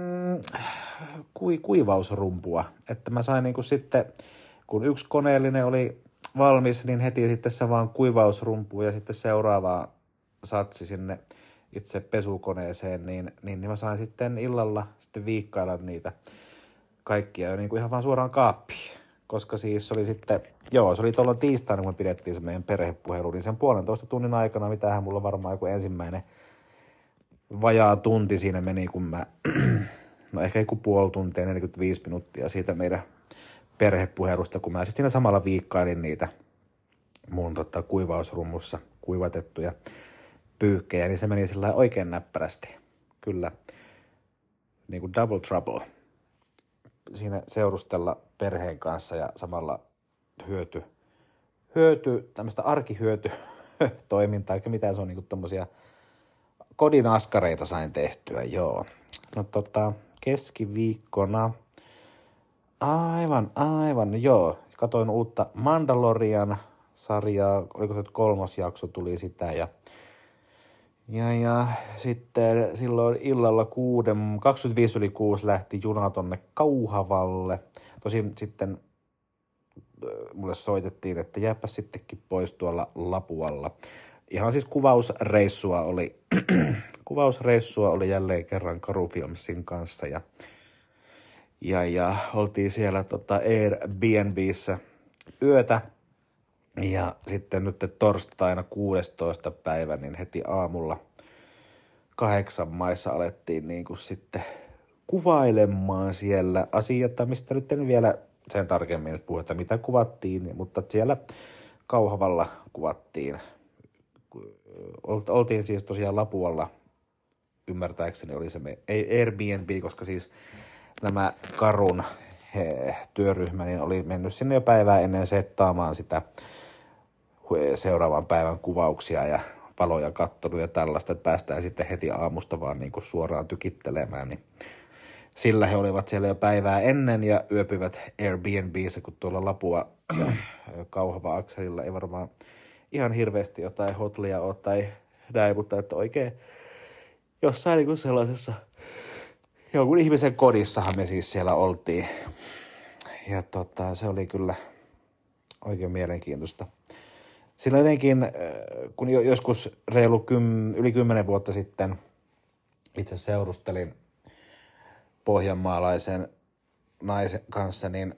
kuivausrumpua. Että mä sain niin kuin sitten, kun yksi koneellinen oli valmis, niin heti sitten se vaan kuivausrumpu ja sitten seuraava satsi sinne itse pesukoneeseen, niin mä sain sitten illalla sitten viikkailla niitä kaikkia niin kuin ihan vaan suoraan kaappiin. Koska siis oli sitten, se oli tuolla tiistaina, kun me pidettiin se meidän perhepuhelu, niin sen 1,5 tunnin aikana, mitähän mulla varmaan joku ensimmäinen vajaa tunti siinä meni, kun mä, no ehkä joku puoli tuntia, 45 minuuttia siitä meidän perhepuhelusta, kun mä sitten siinä samalla viikkailin niitä mun kuivausrummussa kuivatettuja pyykkejä, niin se meni sillä oikein näppärästi. Kyllä, niin kuin double trouble. Siinä seurustella perheen kanssa ja samalla tämmöistä arkihyötytoimintaa, eikä mitään se on niinku tommosia kodin askareita sain tehtyä, joo. No keskiviikkona, aivan, joo. Katoin uutta Mandalorian-sarjaa, oliko se nyt 3. jakso tuli sitä ja sitten silloin illalla 6 lähti juna tonne Kauhavalle. Tosin sitten mulle soitettiin, että jääpä sittenkin pois tuolla Lapualla. Ihan siis kuvausreissua oli jälleen kerran Karufilmsin kanssa ja oltiin siellä Airbnbissä yötä. Ja sitten nyt torstaina 16. päivä, niin heti aamulla 8 maissa alettiin niin kuin sitten kuvailemaan siellä asioita, mistä nyt en vielä sen tarkemmin nyt puhu, että mitä kuvattiin, mutta siellä Kauhavalla kuvattiin. Oltiin siis tosiaan Lapualla, ymmärtääkseni oli se Airbnb, koska siis nämä Karun työryhmä niin oli mennyt sinne jo päivää ennen settaamaan sitä seuraavan päivän kuvauksia ja valoja kattonut ja tällaista, että päästään sitten heti aamusta vaan niin kuin suoraan tykittelemään, niin sillä he olivat siellä jo päivää ennen ja yöpyvät Airbnbissä, kun tuolla Lapua Kauhava-akselilla ei varmaan ihan hirveästi jotain hotlia ole tai näin, mutta että oikein jossain niin kuin sellaisessa jonkun ihmisen kodissahan me siis siellä oltiin. Ja se oli kyllä oikein mielenkiintoista. Sillä jotenkin, kun joskus yli 10 vuotta sitten itse seurustelin pohjanmaalaisen naisen kanssa, niin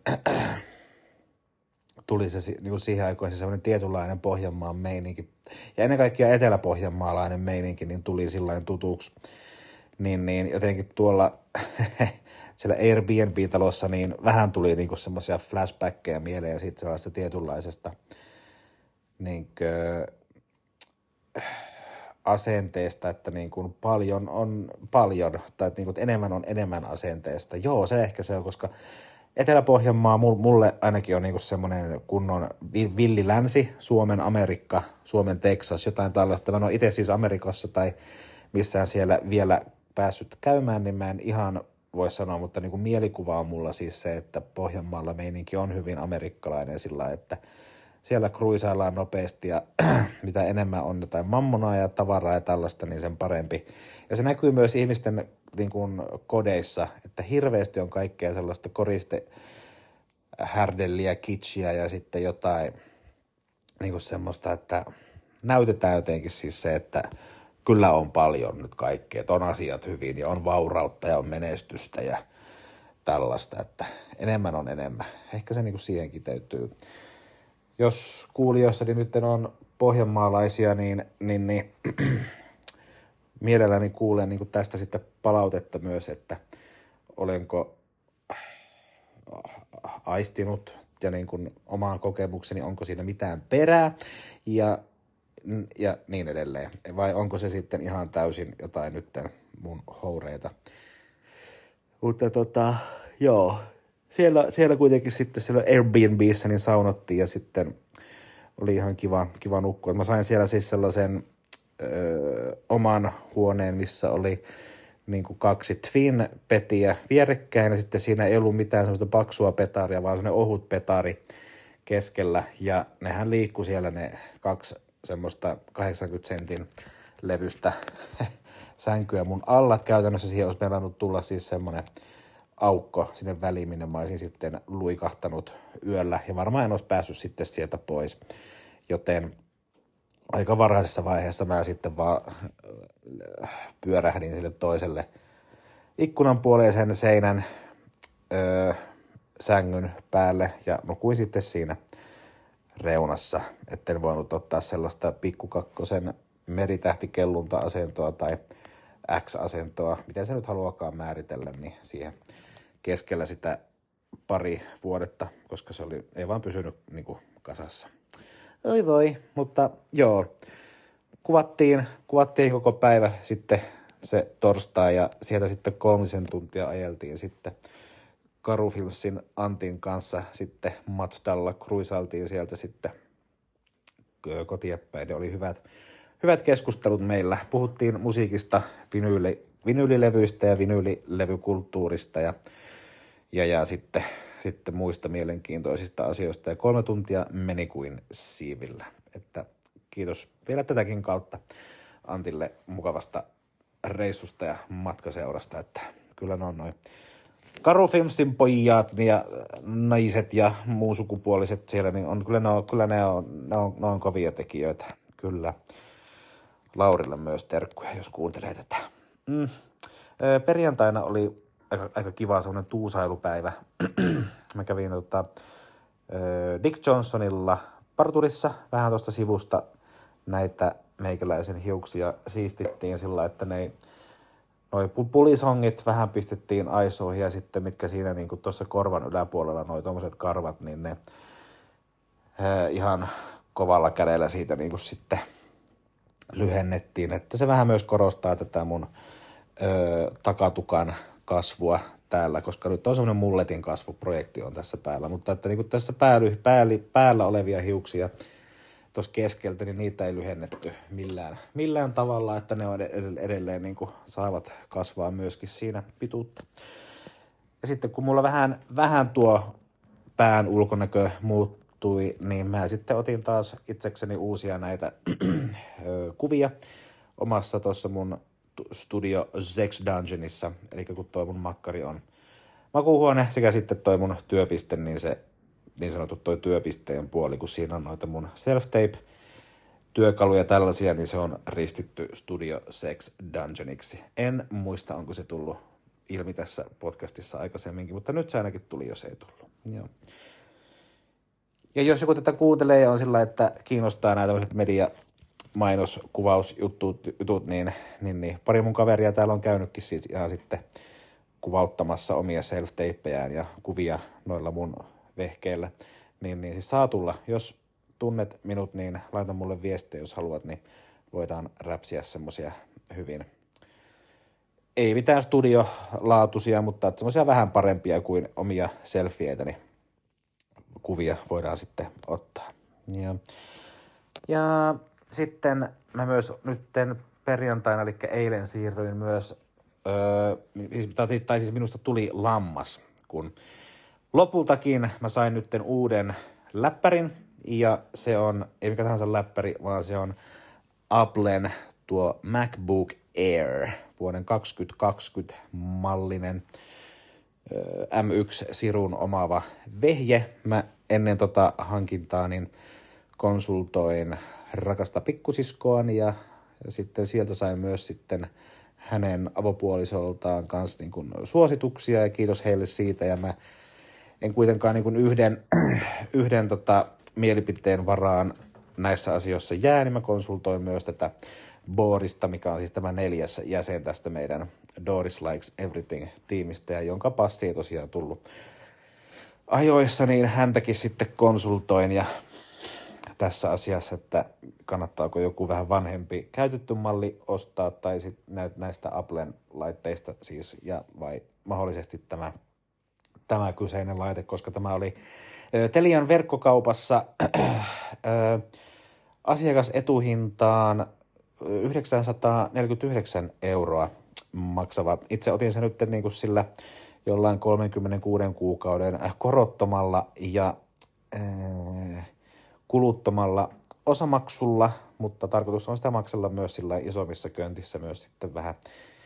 tuli se niin siihen aikoihin semmoinen tietynlainen Pohjanmaan meininki. Ja ennen kaikkea eteläpohjanmaalainen meininki niin tuli sillain tutuksi. Niin jotenkin tuolla siellä Airbnb-talossa niin vähän tuli niinku semmoisia flashbackkejä mieleen siitä sellaista tietynlaisesta niinkö asenteesta, että niin kuin paljon on paljon, tai että niin kuin enemmän on enemmän asenteesta. Joo, se ehkä se on, koska Etelä-Pohjanmaa mulle ainakin on niinku semmoinen kunnon villi länsi, Suomen Amerikka, Suomen Texas, jotain tällaista. Mä en ole itse siis Amerikassa tai missään siellä vielä päässyt käymään, niin mä en ihan voi sanoa, mutta niinku mielikuva on mulla siis se, että Pohjanmaalla meininki on hyvin amerikkalainen sillä, että siellä kruisaillaan nopeasti ja mitä enemmän on jotain mammonaa ja tavaraa ja tällaista, niin sen parempi. Ja se näkyy myös ihmisten niin kuin kodeissa, että hirveästi on kaikkea sellaista koristehärdelliä, kitschiä ja sitten jotain niin kuin semmoista, että näytetään jotenkin siis se, että kyllä on paljon nyt kaikkea, että on asiat hyvin ja on vaurautta ja on menestystä ja tällaista, että enemmän on enemmän. Ehkä se niin kuin siihen kiteytyy. Jos kuulijoissani nyt on pohjanmaalaisia, niin mielelläni kuulen niin tästä sitten palautetta myös, että olenko aistinut ja niin kuin omaan kokemukseni, onko siinä mitään perää ja niin edelleen. Vai onko se sitten ihan täysin jotain nyt mun houreita. Mutta joo. Siellä kuitenkin sitten siellä Airbnbissä niin saunottiin ja sitten oli ihan kiva nukkua. Mä sain siellä siis sellaisen oman huoneen, missä oli niin kuin 2 twin-petiä vierekkäin ja sitten siinä ei ollut mitään semmoista paksua petaria, vaan semmoinen ohut petari keskellä ja nehän liikkui siellä ne 2 semmoista 80 sentin levystä sänkyä mun alla. Käytännössä siihen olisi melannut tulla siis semmoinen aukko sinne väliin, minne mä olisin sitten luikahtanut yöllä ja varmaan en olisi päässyt sitten sieltä pois, joten aika varhaisessa vaiheessa mä sitten vaan pyörähdin sille toiselle ikkunan puoleisen seinän sängyn päälle ja nukuin sitten siinä reunassa, etten voinut ottaa sellaista pikkukakkosen meritähtikellunta-asentoa tai X-asentoa, miten se nyt haluakaan määritellä, niin siihen keskellä sitä pari vuodetta, koska se ei vaan pysynyt niin kuin kasassa. Oi voi, mutta joo, kuvattiin koko päivä sitten se torstai ja sieltä sitten 3 tuntia ajeltiin sitten Karufilmsin Antin kanssa sitten Mazdalla, kruisailtiin sieltä sitten kotiinpäin. Ne oli hyvät keskustelut meillä. Puhuttiin musiikista, vinyylilevyistä ja vinyylilevykulttuurista ja sitten muista mielenkiintoisista asioista. Ja 3 tuntia meni kuin siivillä. Että kiitos vielä tätäkin kautta Antille mukavasta reissusta ja matkaseurasta. Että kyllä ne on noin Karufilmsin pojat ja naiset ja muunsukupuoliset siellä, niin ne on kovia tekijöitä. Kyllä. Laurille myös terkkuja, jos kuuntelee tätä. Perjantaina oli aika kiva semmoinen tuusailupäivä. Mä kävin Dick Johnsonilla parturissa vähän tuosta sivusta näitä meikäläisen hiuksia siistittiin sillä, että noi pulisongit vähän pistettiin aisoihin ja sitten mitkä siinä niinku tuossa korvan yläpuolella noi tommoset karvat, niin ne ihan kovalla kädellä siitä niinku sitten lyhennettiin, että se vähän myös korostaa tätä mun takatukan kasvua täällä, koska nyt on semmoinen mulletin kasvuprojekti on tässä päällä, mutta että niinku tässä päällä olevia hiuksia tuossa keskeltä, niin niitä ei lyhennetty millään tavalla, että ne on edelleen niinku saavat kasvaa myöskin siinä pituutta. Ja sitten kun mulla vähän tuo pään ulkonäkö muuttui, niin mä sitten otin taas itsekseni uusia näitä kuvia omassa tuossa mun Studio Sex Dungeonissa, eli kun toi mun makkari on makuuhuone sekä sitten toi mun työpiste, niin se niin sanottu toi työpisteen puoli, kun siinä on noita mun self-tape työkaluja tällaisia, niin se on ristitty Studio Sex Dungeoniksi. En muista, onko se tullut ilmi tässä podcastissa aikaisemminkin, mutta nyt se ainakin tuli, jos ei tullut. Joo. Ja jos joku tätä kuuntelee ja on sillä, että kiinnostaa nämä tämmöiset mediamainoskuvaujutut, niin pari mun kaveria täällä on käynytkin siis ihan sitten kuvauttamassa omia self-tapejään ja kuvia noilla mun vehkeillä. Niin siis saa tulla. Jos tunnet minut, niin laita mulle viestiä, jos haluat, niin voidaan räpsiä semmosia hyvin ei mitään studiolaatuisia, mutta semmoisia vähän parempia kuin omia selfieitä, kuvia voidaan sitten ottaa. Ja sitten mä myös nytten perjantaina, eli eilen siirryin myös, tai siis minusta tuli lammas, kun lopultakin mä sain nytten uuden läppärin, ja se on, ei mikä tahansa läppäri, vaan se on Applen tuo MacBook Air, vuoden 2020 mallinen M1-sirun omaava vehje. Mä ennen hankintaa niin konsultoin rakasta pikkusiskoani ja sitten sieltä sain myös sitten hänen avopuolisoltaan kanssa niin kuin suosituksia ja kiitos heille siitä. Ja mä en kuitenkaan niin kuin yhden mielipiteen varaan näissä asioissa jää, niin mä konsultoin myös tätä Borista, mikä on siis tämä 4. jäsen tästä meidän Doris Likes Everything-tiimistä, ja jonka passi ei tosiaan tullut ajoissa, niin häntäkin sitten konsultoin ja tässä asiassa, että kannattaako joku vähän vanhempi käytetty malli ostaa, tai sitten näistä Applen laitteista siis, ja vai mahdollisesti tämä kyseinen laite, koska tämä oli Telian verkkokaupassa asiakasetuhintaan 949 € maksava. Itse otin sen nyt niin kuin sillä jollain 36 kuukauden korottomalla ja kuluttomalla osamaksulla, mutta tarkoitus on sitä maksella myös sillä isommissa köntissä myös sitten vähän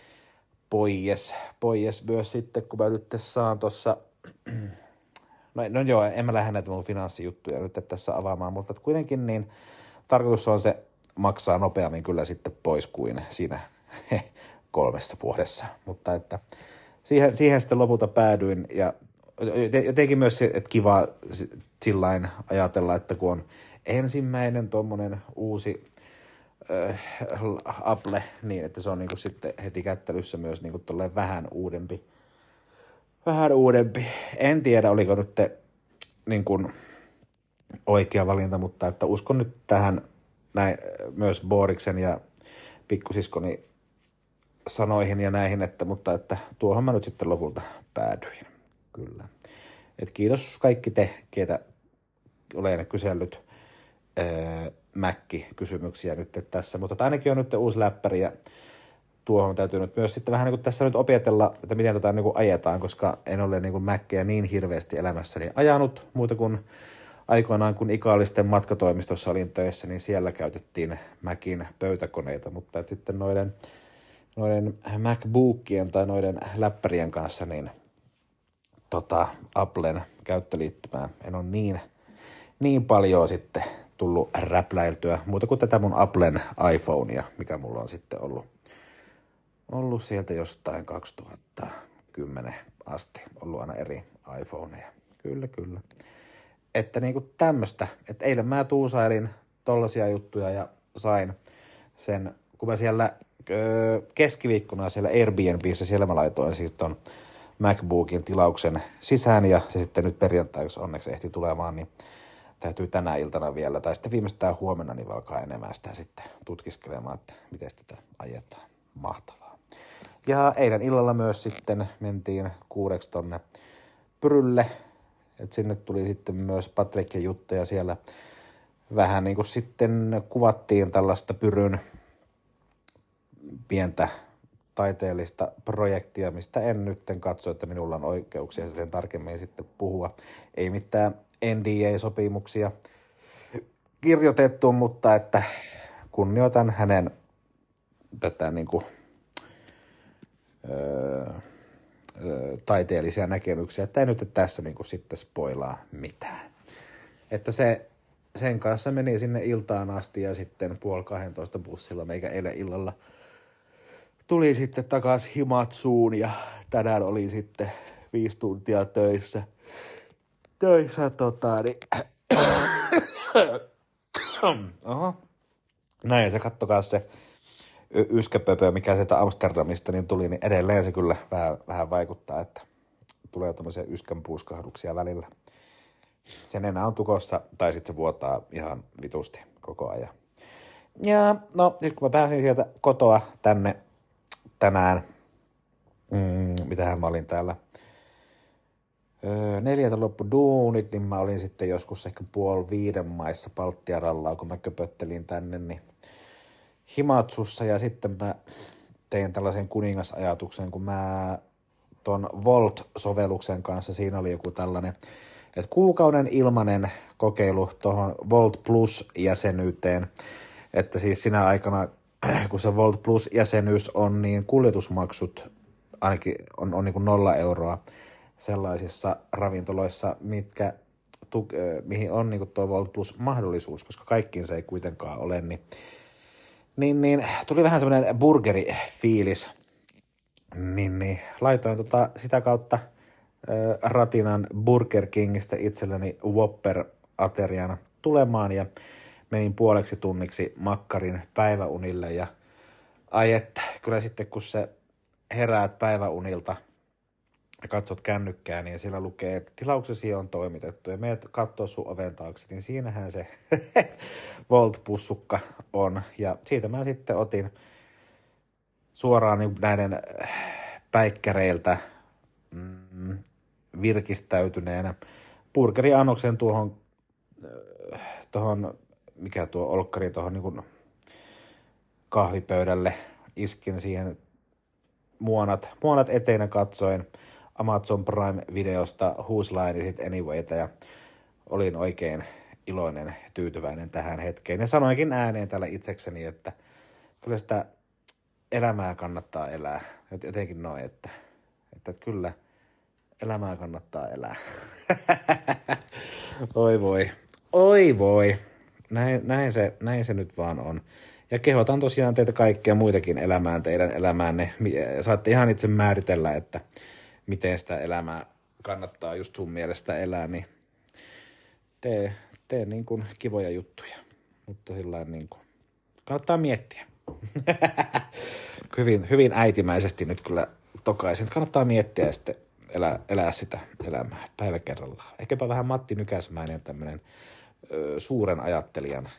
pois myös sitten, kun mä nyt saan tuossa, no joo, en mä lähde näitä mun finanssijuttuja nyt tässä avaamaan, mutta kuitenkin niin tarkoitus on se maksaa nopeammin kyllä sitten pois kuin siinä 3 vuodessa, mutta että siihen sitten lopulta päädyin ja jotenkin myös että kiva sillain ajatella, että kun on ensimmäinen tuommoinen uusi Apple, niin että se on niinku sitten heti kättelyssä myös niinku tolleen vähän uudempi. En tiedä, oliko nyt niin kuin oikea valinta, mutta että uskon nyt tähän näin, myös Boriksen ja pikkusiskoni sanoihin ja näihin, mutta että tuohon mä nyt sitten lopulta päädyin. Kyllä. Et kiitos kaikki te, keitä olen kysellyt Mac-kysymyksiä nyt tässä, mutta ainakin on nyt uusi läppäri ja tuohon täytyy nyt myös sitten vähän niin kuin tässä nyt opetella, että miten niin kuin ajetaan, koska en ole niin kuin Macia niin hirveästi elämässäni ajanut muuta kuin aikoinaan, kun Ikaalisten matkatoimistossa olin töissä, niin siellä käytettiin Macin pöytäkoneita, mutta sitten noiden MacBookien tai noiden läppärien kanssa niin Applen käyttöliittymää en ole niin paljon sitten tullut räpläiltyä, muuta kuin tätä mun Applen iPhonea, mikä mulla on sitten ollut sieltä jostain 2010 asti, ollut aina eri iPhoneja. Kyllä. Että niinku tämmöstä, että eilen mä tuusailin tollaisia juttuja ja sain sen, kun mä siellä keskiviikkona siellä Airbnbissä, siellä mä laitoin siis ton MacBookin tilauksen sisään ja se sitten nyt perjantaiksi onneksi ehti tulemaan, niin täytyy tänä iltana vielä, tai sitten viimeistään huomenna, niin alkaa enemmän sitä sitten tutkiskelemaan, että miten tätä ajetaan. Mahtavaa. Ja eilen illalla myös sitten mentiin 6 tonne Pyrylle, että sinne tuli sitten myös Patrick ja Jutta ja siellä vähän niin kuin sitten kuvattiin tällaista Pyryn pientä taiteellista projektia, mistä en nytten katso, että minulla on oikeuksia sen tarkemmin sitten puhua. Ei mitään NDA-sopimuksia kirjoitettu, mutta että kunnioitan hänen tätä niin kuin, taiteellisia näkemyksiä, että ei nyt tässä niin kuin sitten spoilaa mitään. Että sen kanssa meni sinne iltaan asti ja sitten 11:30 bussilla meikä eilen illalla tuli sitten takaisin Himatsuun ja tänään oli sitten 5 tuntia töissä Oho. Näin, se kattokaa se yskäpöpö, mikä sieltä Amsterdamista niin tuli, niin edelleen se kyllä vähän vaikuttaa, että tulee tämmöisiä yskän puuskahduksia välillä. Sen enää on tukossa, tai sitten se vuotaa ihan vitusti koko ajan. Ja no, sitten kun mä pääsin sieltä kotoa tänne tänään, Mitähän mä olin täällä. 4 loppu duunit, niin mä olin sitten joskus ehkä 4:30 maissa Baltiarallaa, kun mä köpöttelin tänne, niin Himatsussa, ja sitten mä tein tällaisen kuningasajatuksen, kun mä ton Volt-sovelluksen kanssa, siinä oli joku tällainen, että kuukauden ilmainen kokeilu tuohon Volt Plus-jäsenyyteen, että siis sinä aikana, kun se Volt Plus-jäsenyys on, niin kuljetusmaksut ainakin on niin kuin 0 euroa sellaisissa ravintoloissa, mihin on niin kuin tuo Volt Plus-mahdollisuus, koska kaikkiin se ei kuitenkaan ole, niin tuli vähän semmoinen burgerifiilis, niin laitoin sitä kautta ratinan Burger Kingistä itselleni Whopper-ateriana tulemaan ja menin puoleksi tunniksi makkarin päiväunille ja ai että, kyllä sitten kun se heräät päiväunilta ja katsot kännykkää, niin siellä lukee, että tilauksesi on toimitettu ja meet katsoo sun oven taakse, niin siinähän se Volt-pussukka on. Ja siitä mä sitten otin suoraan niin näiden päikkäreiltä virkistäytyneenä burgeriannoksen tuohon, mikä tuo olkkari tuohon niin kahvipöydälle, iskin siihen muonat eteinä katsoen Amazon Prime-videosta Whose Line Is It Anywayta ja olin oikein iloinen, tyytyväinen tähän hetkeen. Ja sanoinkin ääneen täällä itsekseni, että kyllä sitä elämää kannattaa elää. Jotenkin noin, että kyllä elämää kannattaa elää. Oi voi. Näin se nyt vaan on. Ja kehotan tosiaan teitä kaikkia muitakin elämään teidän elämäänne. Saatte ihan itse määritellä, että miten sitä elämää kannattaa just sun mielestä elää, niin tee niin kuin kivoja juttuja. Mutta sillain niin kuin kannattaa miettiä. hyvin äitimäisesti nyt kyllä tokaisin. Kannattaa miettiä ja sitten elää sitä elämää päivä kerrallaan. Ehkäpä vähän Matti Nykäsmäinen tämmöinen suuren ajattelijan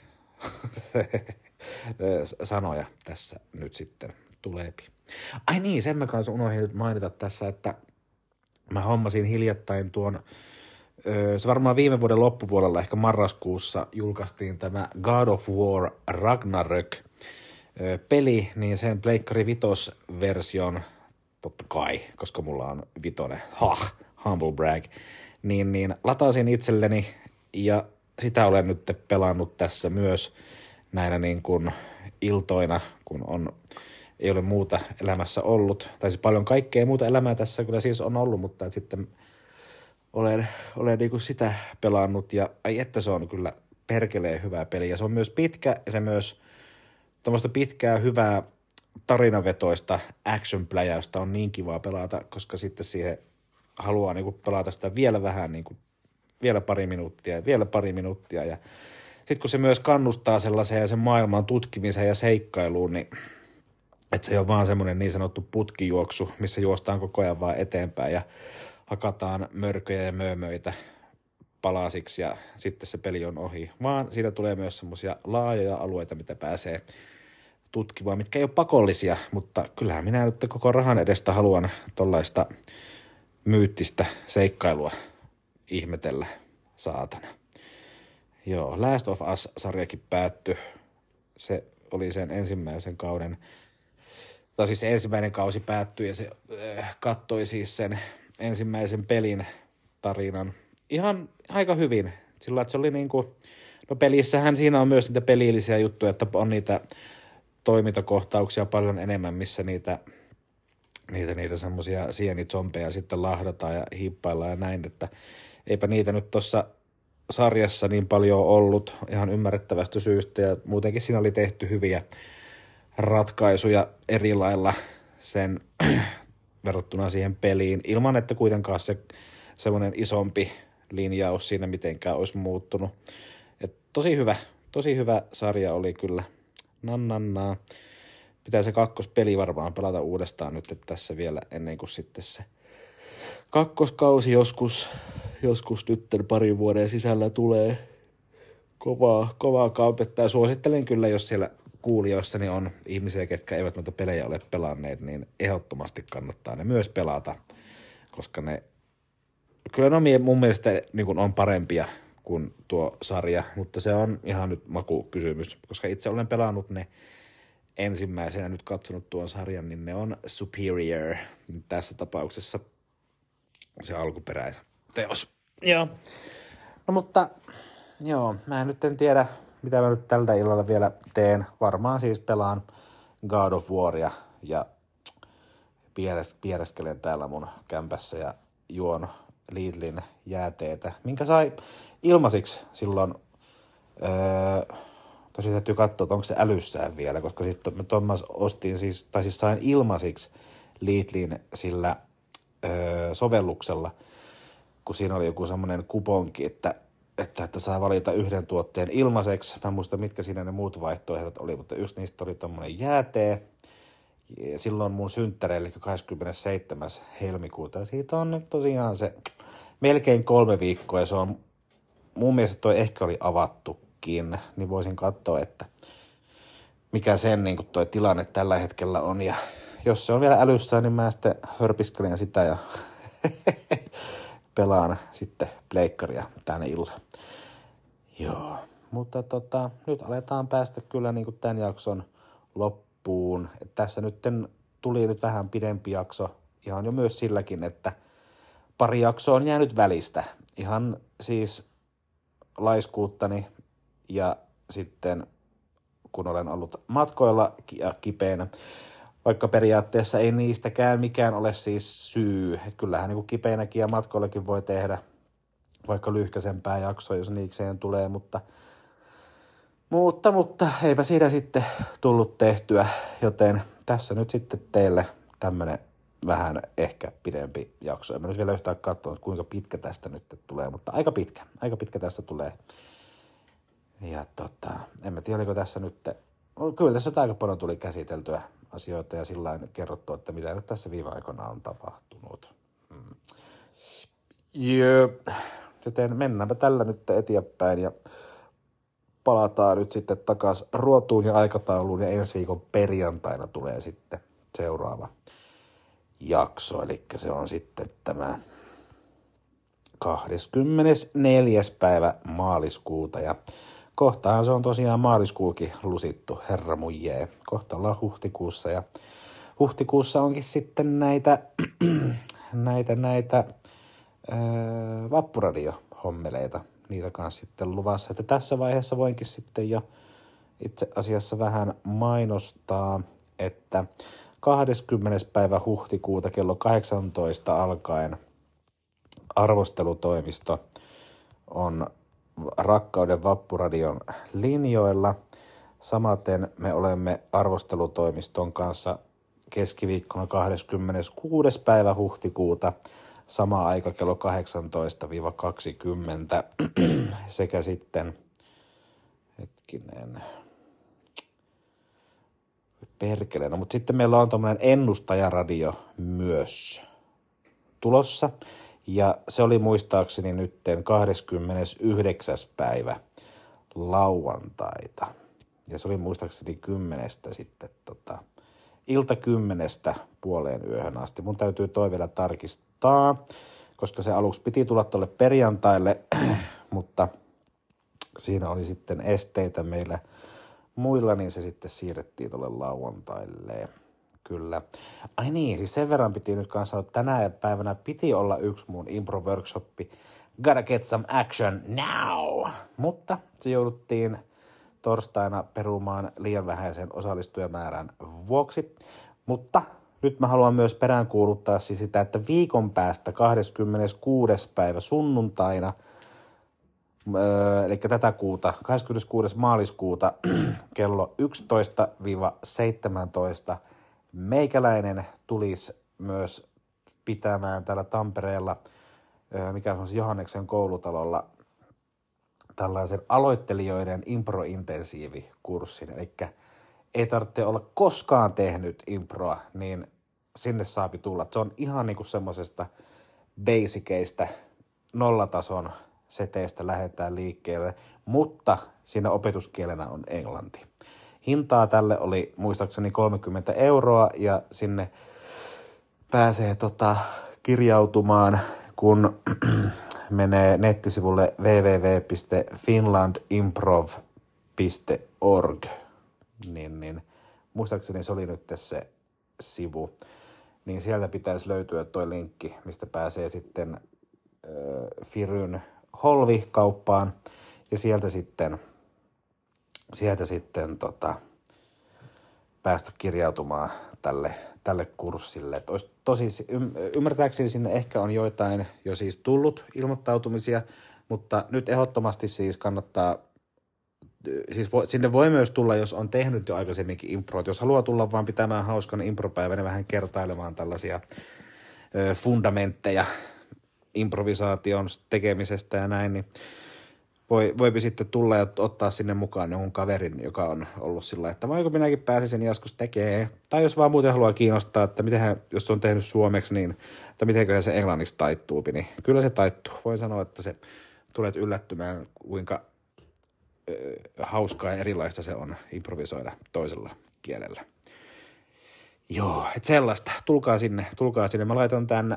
sanoja tässä nyt sitten tuleepi. Ai niin, sen mä kanssa unohdin nyt mainita tässä, että mä hommasin hiljattain tuon, se varmaan viime vuoden loppuvuodella, ehkä marraskuussa julkaistiin tämä God of War Ragnarök peli, niin sen Pleikkari 5-version, totta kai, koska mulla on 5, humble brag, niin latasin itselleni ja sitä olen nyt pelannut tässä myös näinä niin kuin iltoina, kun ei ole muuta elämässä ollut. Tai siis paljon kaikkea muuta elämää tässä kyllä siis on ollut, mutta sitten olen niin kuin sitä pelannut ja ai että se on kyllä perkeleen hyvä peli. Ja se on myös pitkä ja se myös tuommoista pitkää hyvää tarinavetoista action-pläjäystä on niin kivaa pelata, koska sitten siihen haluaa niin kuin pelata sitä vielä vähän niin kuin vielä pari minuuttia ja sitten kun se myös kannustaa sellaiseen sen maailman tutkimiseen ja seikkailuun, niin että se ei ole vaan semmoinen niin sanottu putkijuoksu, missä juostaan koko ajan vaan eteenpäin ja hakataan mörköjä ja möömöitä palasiksi ja sitten se peli on ohi. Vaan siitä tulee myös semmoisia laajoja alueita, mitä pääsee tutkimaan, mitkä ei ole pakollisia, mutta kyllähän minä nyt koko rahan edestä haluan tollaista myyttistä seikkailua ihmetellä, saatana. Joo, Last of Us-sarjakin päättyi. Se oli sen ensimmäisen kauden, tai siis se ensimmäinen kausi päättyi ja se kattoi siis sen ensimmäisen pelin tarinan ihan aika hyvin. Sillä että se oli niinku, no pelissähän siinä on myös niitä pelillisiä juttuja, että on niitä toimintakohtauksia paljon enemmän, missä niitä semmoisia sienizombeja sitten lahdataan ja hiippaillaan ja näin, että eipä niitä nyt tuossa sarjassa niin paljon ollut ihan ymmärrettävästä syystä ja muutenkin siinä oli tehty hyviä ratkaisuja eri lailla sen verrattuna siihen peliin, ilman että kuitenkaan se semmoinen isompi linjaus siinä mitenkään olisi muuttunut. Et tosi hyvä sarja oli kyllä. Nannannaa. Pitää se kakkospeli varmaan pelata uudestaan nyt tässä vielä ennen kuin sitten se kakkoskausi joskus nyt parin vuoden sisällä tulee kovaa kaupetta. Ja suosittelen kyllä, jos siellä kuulijoissani on ihmisiä, ketkä eivät noita pelejä ole pelanneet, niin ehdottomasti kannattaa ne myös pelata, koska ne kyllä ne mun mielestä niin on parempia kuin tuo sarja, mutta se on ihan nyt makukysymys, koska itse olen pelannut ne ensimmäisenä nyt katsonut tuon sarjan, niin ne on superior tässä tapauksessa se alkuperäisen teos. Joo. No mutta, joo, mä en tiedä, mitä mä nyt tältä illalla vielä teen. Varmaan siis pelaan God of Waria ja piereskelen täällä mun kämpässä ja juon Lidlin jääteetä, minkä sai ilmaisiksi silloin. Tosi täytyy katsoa, että onko se älyssään vielä, koska sitten mä Thomas ostin siis sain ilmaisiksi Lidlin sillä sovelluksella, kun siinä oli joku semmoinen kuponki, että saa valita yhden tuotteen ilmaiseksi. Mä en muista, mitkä siinä ne muut vaihtoehdot oli, mutta yksi niistä oli tommonen jäätee. Silloin mun synttäreille, eli 27. helmikuuta. Ja siitä on nyt tosiaan se melkein 3 viikkoa, ja se on mun mielestä toi ehkä oli avattukin, niin voisin katsoa, että mikä sen niin toi tilanne tällä hetkellä on. Ja jos se on vielä älyssä, niin mä sitten hörpiskelen sitä ja pelaan sitten pleikkaria tänne illalla. Joo, mutta nyt aletaan päästä kyllä niin kuin tämän jakson loppuun. Et tässä nyt tuli nyt vähän pidempi jakso, ihan jo myös silläkin, että pari jaksoa on jäänyt välistä. Ihan siis laiskuuttani ja sitten kun olen ollut matkoilla ja kipeänä, vaikka periaatteessa ei niistäkään mikään ole siis syy. Että kyllähän niin kuin kipeänäkin ja matkoillakin voi tehdä vaikka lyhkäisempää jaksoa, jos niikseen tulee, mutta eipä siitä sitten tullut tehtyä, joten tässä nyt sitten teille tämmönen vähän ehkä pidempi jakso. En mä nyt vielä yhtään katsonut, kuinka pitkä tästä nyt tulee, mutta aika pitkä tästä tulee. Ja en mä tiedä, oliko tässä nyt, kyllä tässä aika paljon tuli käsiteltyä asioita ja sillä lailla kerrottu, että mitä nyt tässä viime aikoina on tapahtunut. Joten mennäänpä tällä nyt eteenpäin ja palataan nyt sitten takaisin ruotuun ja aikatauluun ja ensi viikon perjantaina tulee sitten seuraava jakso, eli se on sitten tämä 24. päivä maaliskuuta ja kohtahan se on tosiaan maaliskuukin lusittu, herra mujee. Kohta ollaan huhtikuussa ja huhtikuussa onkin sitten näitä vappuradio-hommeleita, niitä kanssa sitten luvassa. Että tässä vaiheessa voinkin sitten jo itse asiassa vähän mainostaa, että 20. päivä huhtikuuta kello 18 alkaen arvostelutoimisto on Rakkauden Vappuradion linjoilla. Samaten me olemme arvostelutoimiston kanssa keskiviikkona 26. päivä huhtikuuta sama aika kello 18-20 sekä sitten no mutta sitten meillä on tommoinen ennustajaradio myös tulossa. Ja se oli muistaakseni nytten 29. päivä lauantaita. Ja se oli muistaakseni 10 sitten ilta 10 puoleen yöhön asti. Mun täytyy toi vielä tarkistaa, koska se aluksi piti tulla tuolle perjantaille, mutta siinä oli sitten esteitä meillä muilla, niin se sitten siirrettiin tuolle lauantaille. Kyllä. Ai niin, siis sen verran piti nyt kanssa sanoa, että tänä päivänä piti olla yksi mun impro-workshoppi. Gotta get some action now! Mutta se jouduttiin torstaina perumaan liian vähäisen osallistujamäärän vuoksi. Mutta nyt mä haluan myös peräänkuuluttaa siis sitä, että viikon päästä 26. päivä sunnuntaina, eli tätä kuuta, 26. maaliskuuta kello 11-17 meikäläinen tulisi myös pitämään täällä Tampereella, mikä on Johanneksen koulutalolla, tällaisen aloittelijoiden impro-intensiivikurssin. Eli ei tarvitse olla koskaan tehnyt improa, niin sinne saapi tulla. Se on ihan niinku semmosesta basiceista, nollatason seteistä lähdetään liikkeelle, mutta siinä opetuskielenä on englanti. Hintaa tälle oli muistaakseni 30 € ja sinne pääsee kirjautumaan, kun menee nettisivulle www.finlandimprov.org. Niin, muistaakseni se oli nyt se sivu. Niin sieltä pitäisi löytyä toi linkki, mistä pääsee sitten Firyn Holvi-kauppaan ja sieltä sitten päästä kirjautumaan tälle kurssille. Et olisi ymmärtääkseni sinne ehkä on joitain jo siis tullut ilmoittautumisia, mutta nyt ehdottomasti siis kannattaa, siis sinne voi myös tulla, jos on tehnyt jo aikaisemminkin improa. Jos haluaa tulla vaan pitämään hauskan impropäivän ja vähän kertailemaan tällaisia fundamentteja improvisaation tekemisestä ja näin, niin voipi sitten tulla ja ottaa sinne mukaan jonkun kaverin, joka on ollut sillä, että voiko minäkin pääsisin joskus tekee. Tai jos vaan muuten haluaa kiinnostaa, että mitenhän, jos on tehnyt suomeksi, niin että mitenköhän se englanniksi taittuu, niin kyllä se taittuu. Voin sanoa, että se tulet yllättymään, kuinka hauskaa ja erilaista se on improvisoida toisella kielellä. Joo, että sellaista. Tulkaa sinne. Mä laitan tämän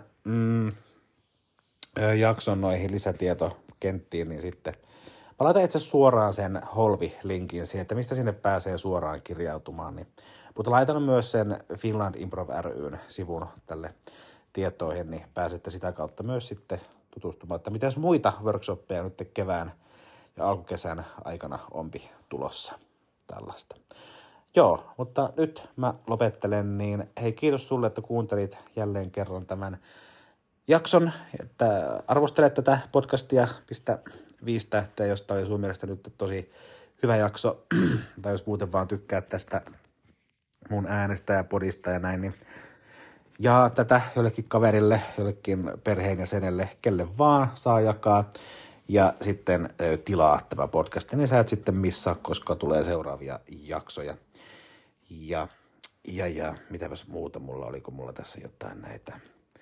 jakson noihin lisätietokenttiin, niin sitten mä laitan itse suoraan sen Holvi-linkin siihen, että mistä sinne pääsee suoraan kirjautumaan. Niin. Mutta laitan myös sen Finland Improv ry:n sivun tälle tietoihin, niin pääsette sitä kautta myös sitten tutustumaan, että mitäs muita workshoppeja nyt kevään ja alkukesän aikana onpi tulossa tällaista. Joo, mutta nyt mä lopettelen, niin hei, kiitos sulle, että kuuntelit jälleen kerran tämän jakson, että arvostelet tätä podcastia, pistä 5 tähteä, jos tämä oli sun mielestä nyt tosi hyvä jakso, tai jos muuten vaan tykkää tästä mun äänestä ja podista ja näin, niin jaa tätä jollekin kaverille, jollekin perheenjäsenelle, kelle vaan saa jakaa, ja sitten tilaa tämä podcast, niin sä et sitten missaa, koska tulee seuraavia jaksoja. Ja mitäpäs muuta mulla, oliko mulla tässä jotain näitä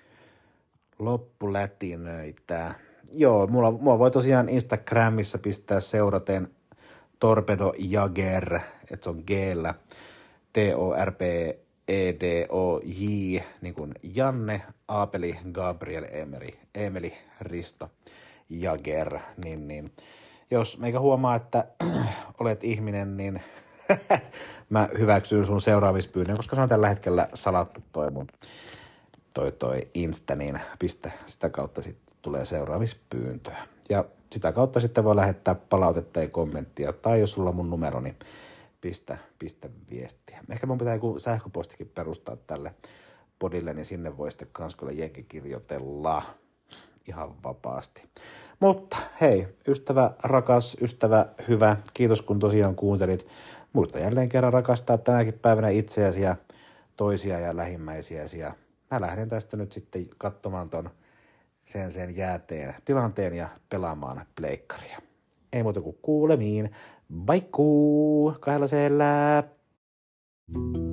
loppulätinöitä. Joo, mua voi tosiaan Instagramissa pistää seuraten Torpedo Jager, että se on G:llä, TORPEDOJ, niin kuin Janne, Aapeli, Gabriel, Emeli, Risto, Jager, niin jos meikä huomaa, että olet ihminen, niin mä hyväksyn sun seuraamispyynnön, koska se on tällä hetkellä salattu toi mun toi Insta, niin pistä sitä kautta sitten tulee seuraamispyyntöä. Ja sitä kautta sitten voi lähettää palautetta ja kommenttia, tai jos sulla on mun numero, niin pistä viestiä. Ehkä mun pitää joku sähköpostikin perustaa tälle podille, niin sinne voi sitten kans kyllä jenki kirjoitella ihan vapaasti. Mutta hei, ystävä rakas, ystävä hyvä, kiitos kun tosiaan kuuntelit. Muista jälleen kerran rakastaa tänäkin päivänä itseäsi ja toisia ja lähimmäisiäsi. Ja mä lähden tästä nyt sitten katsomaan ton sen jääteen tilanteen ja pelaamaan pleikkaria. Ei muuta kuin kuulemiin. Baikkuu! 2 sellä!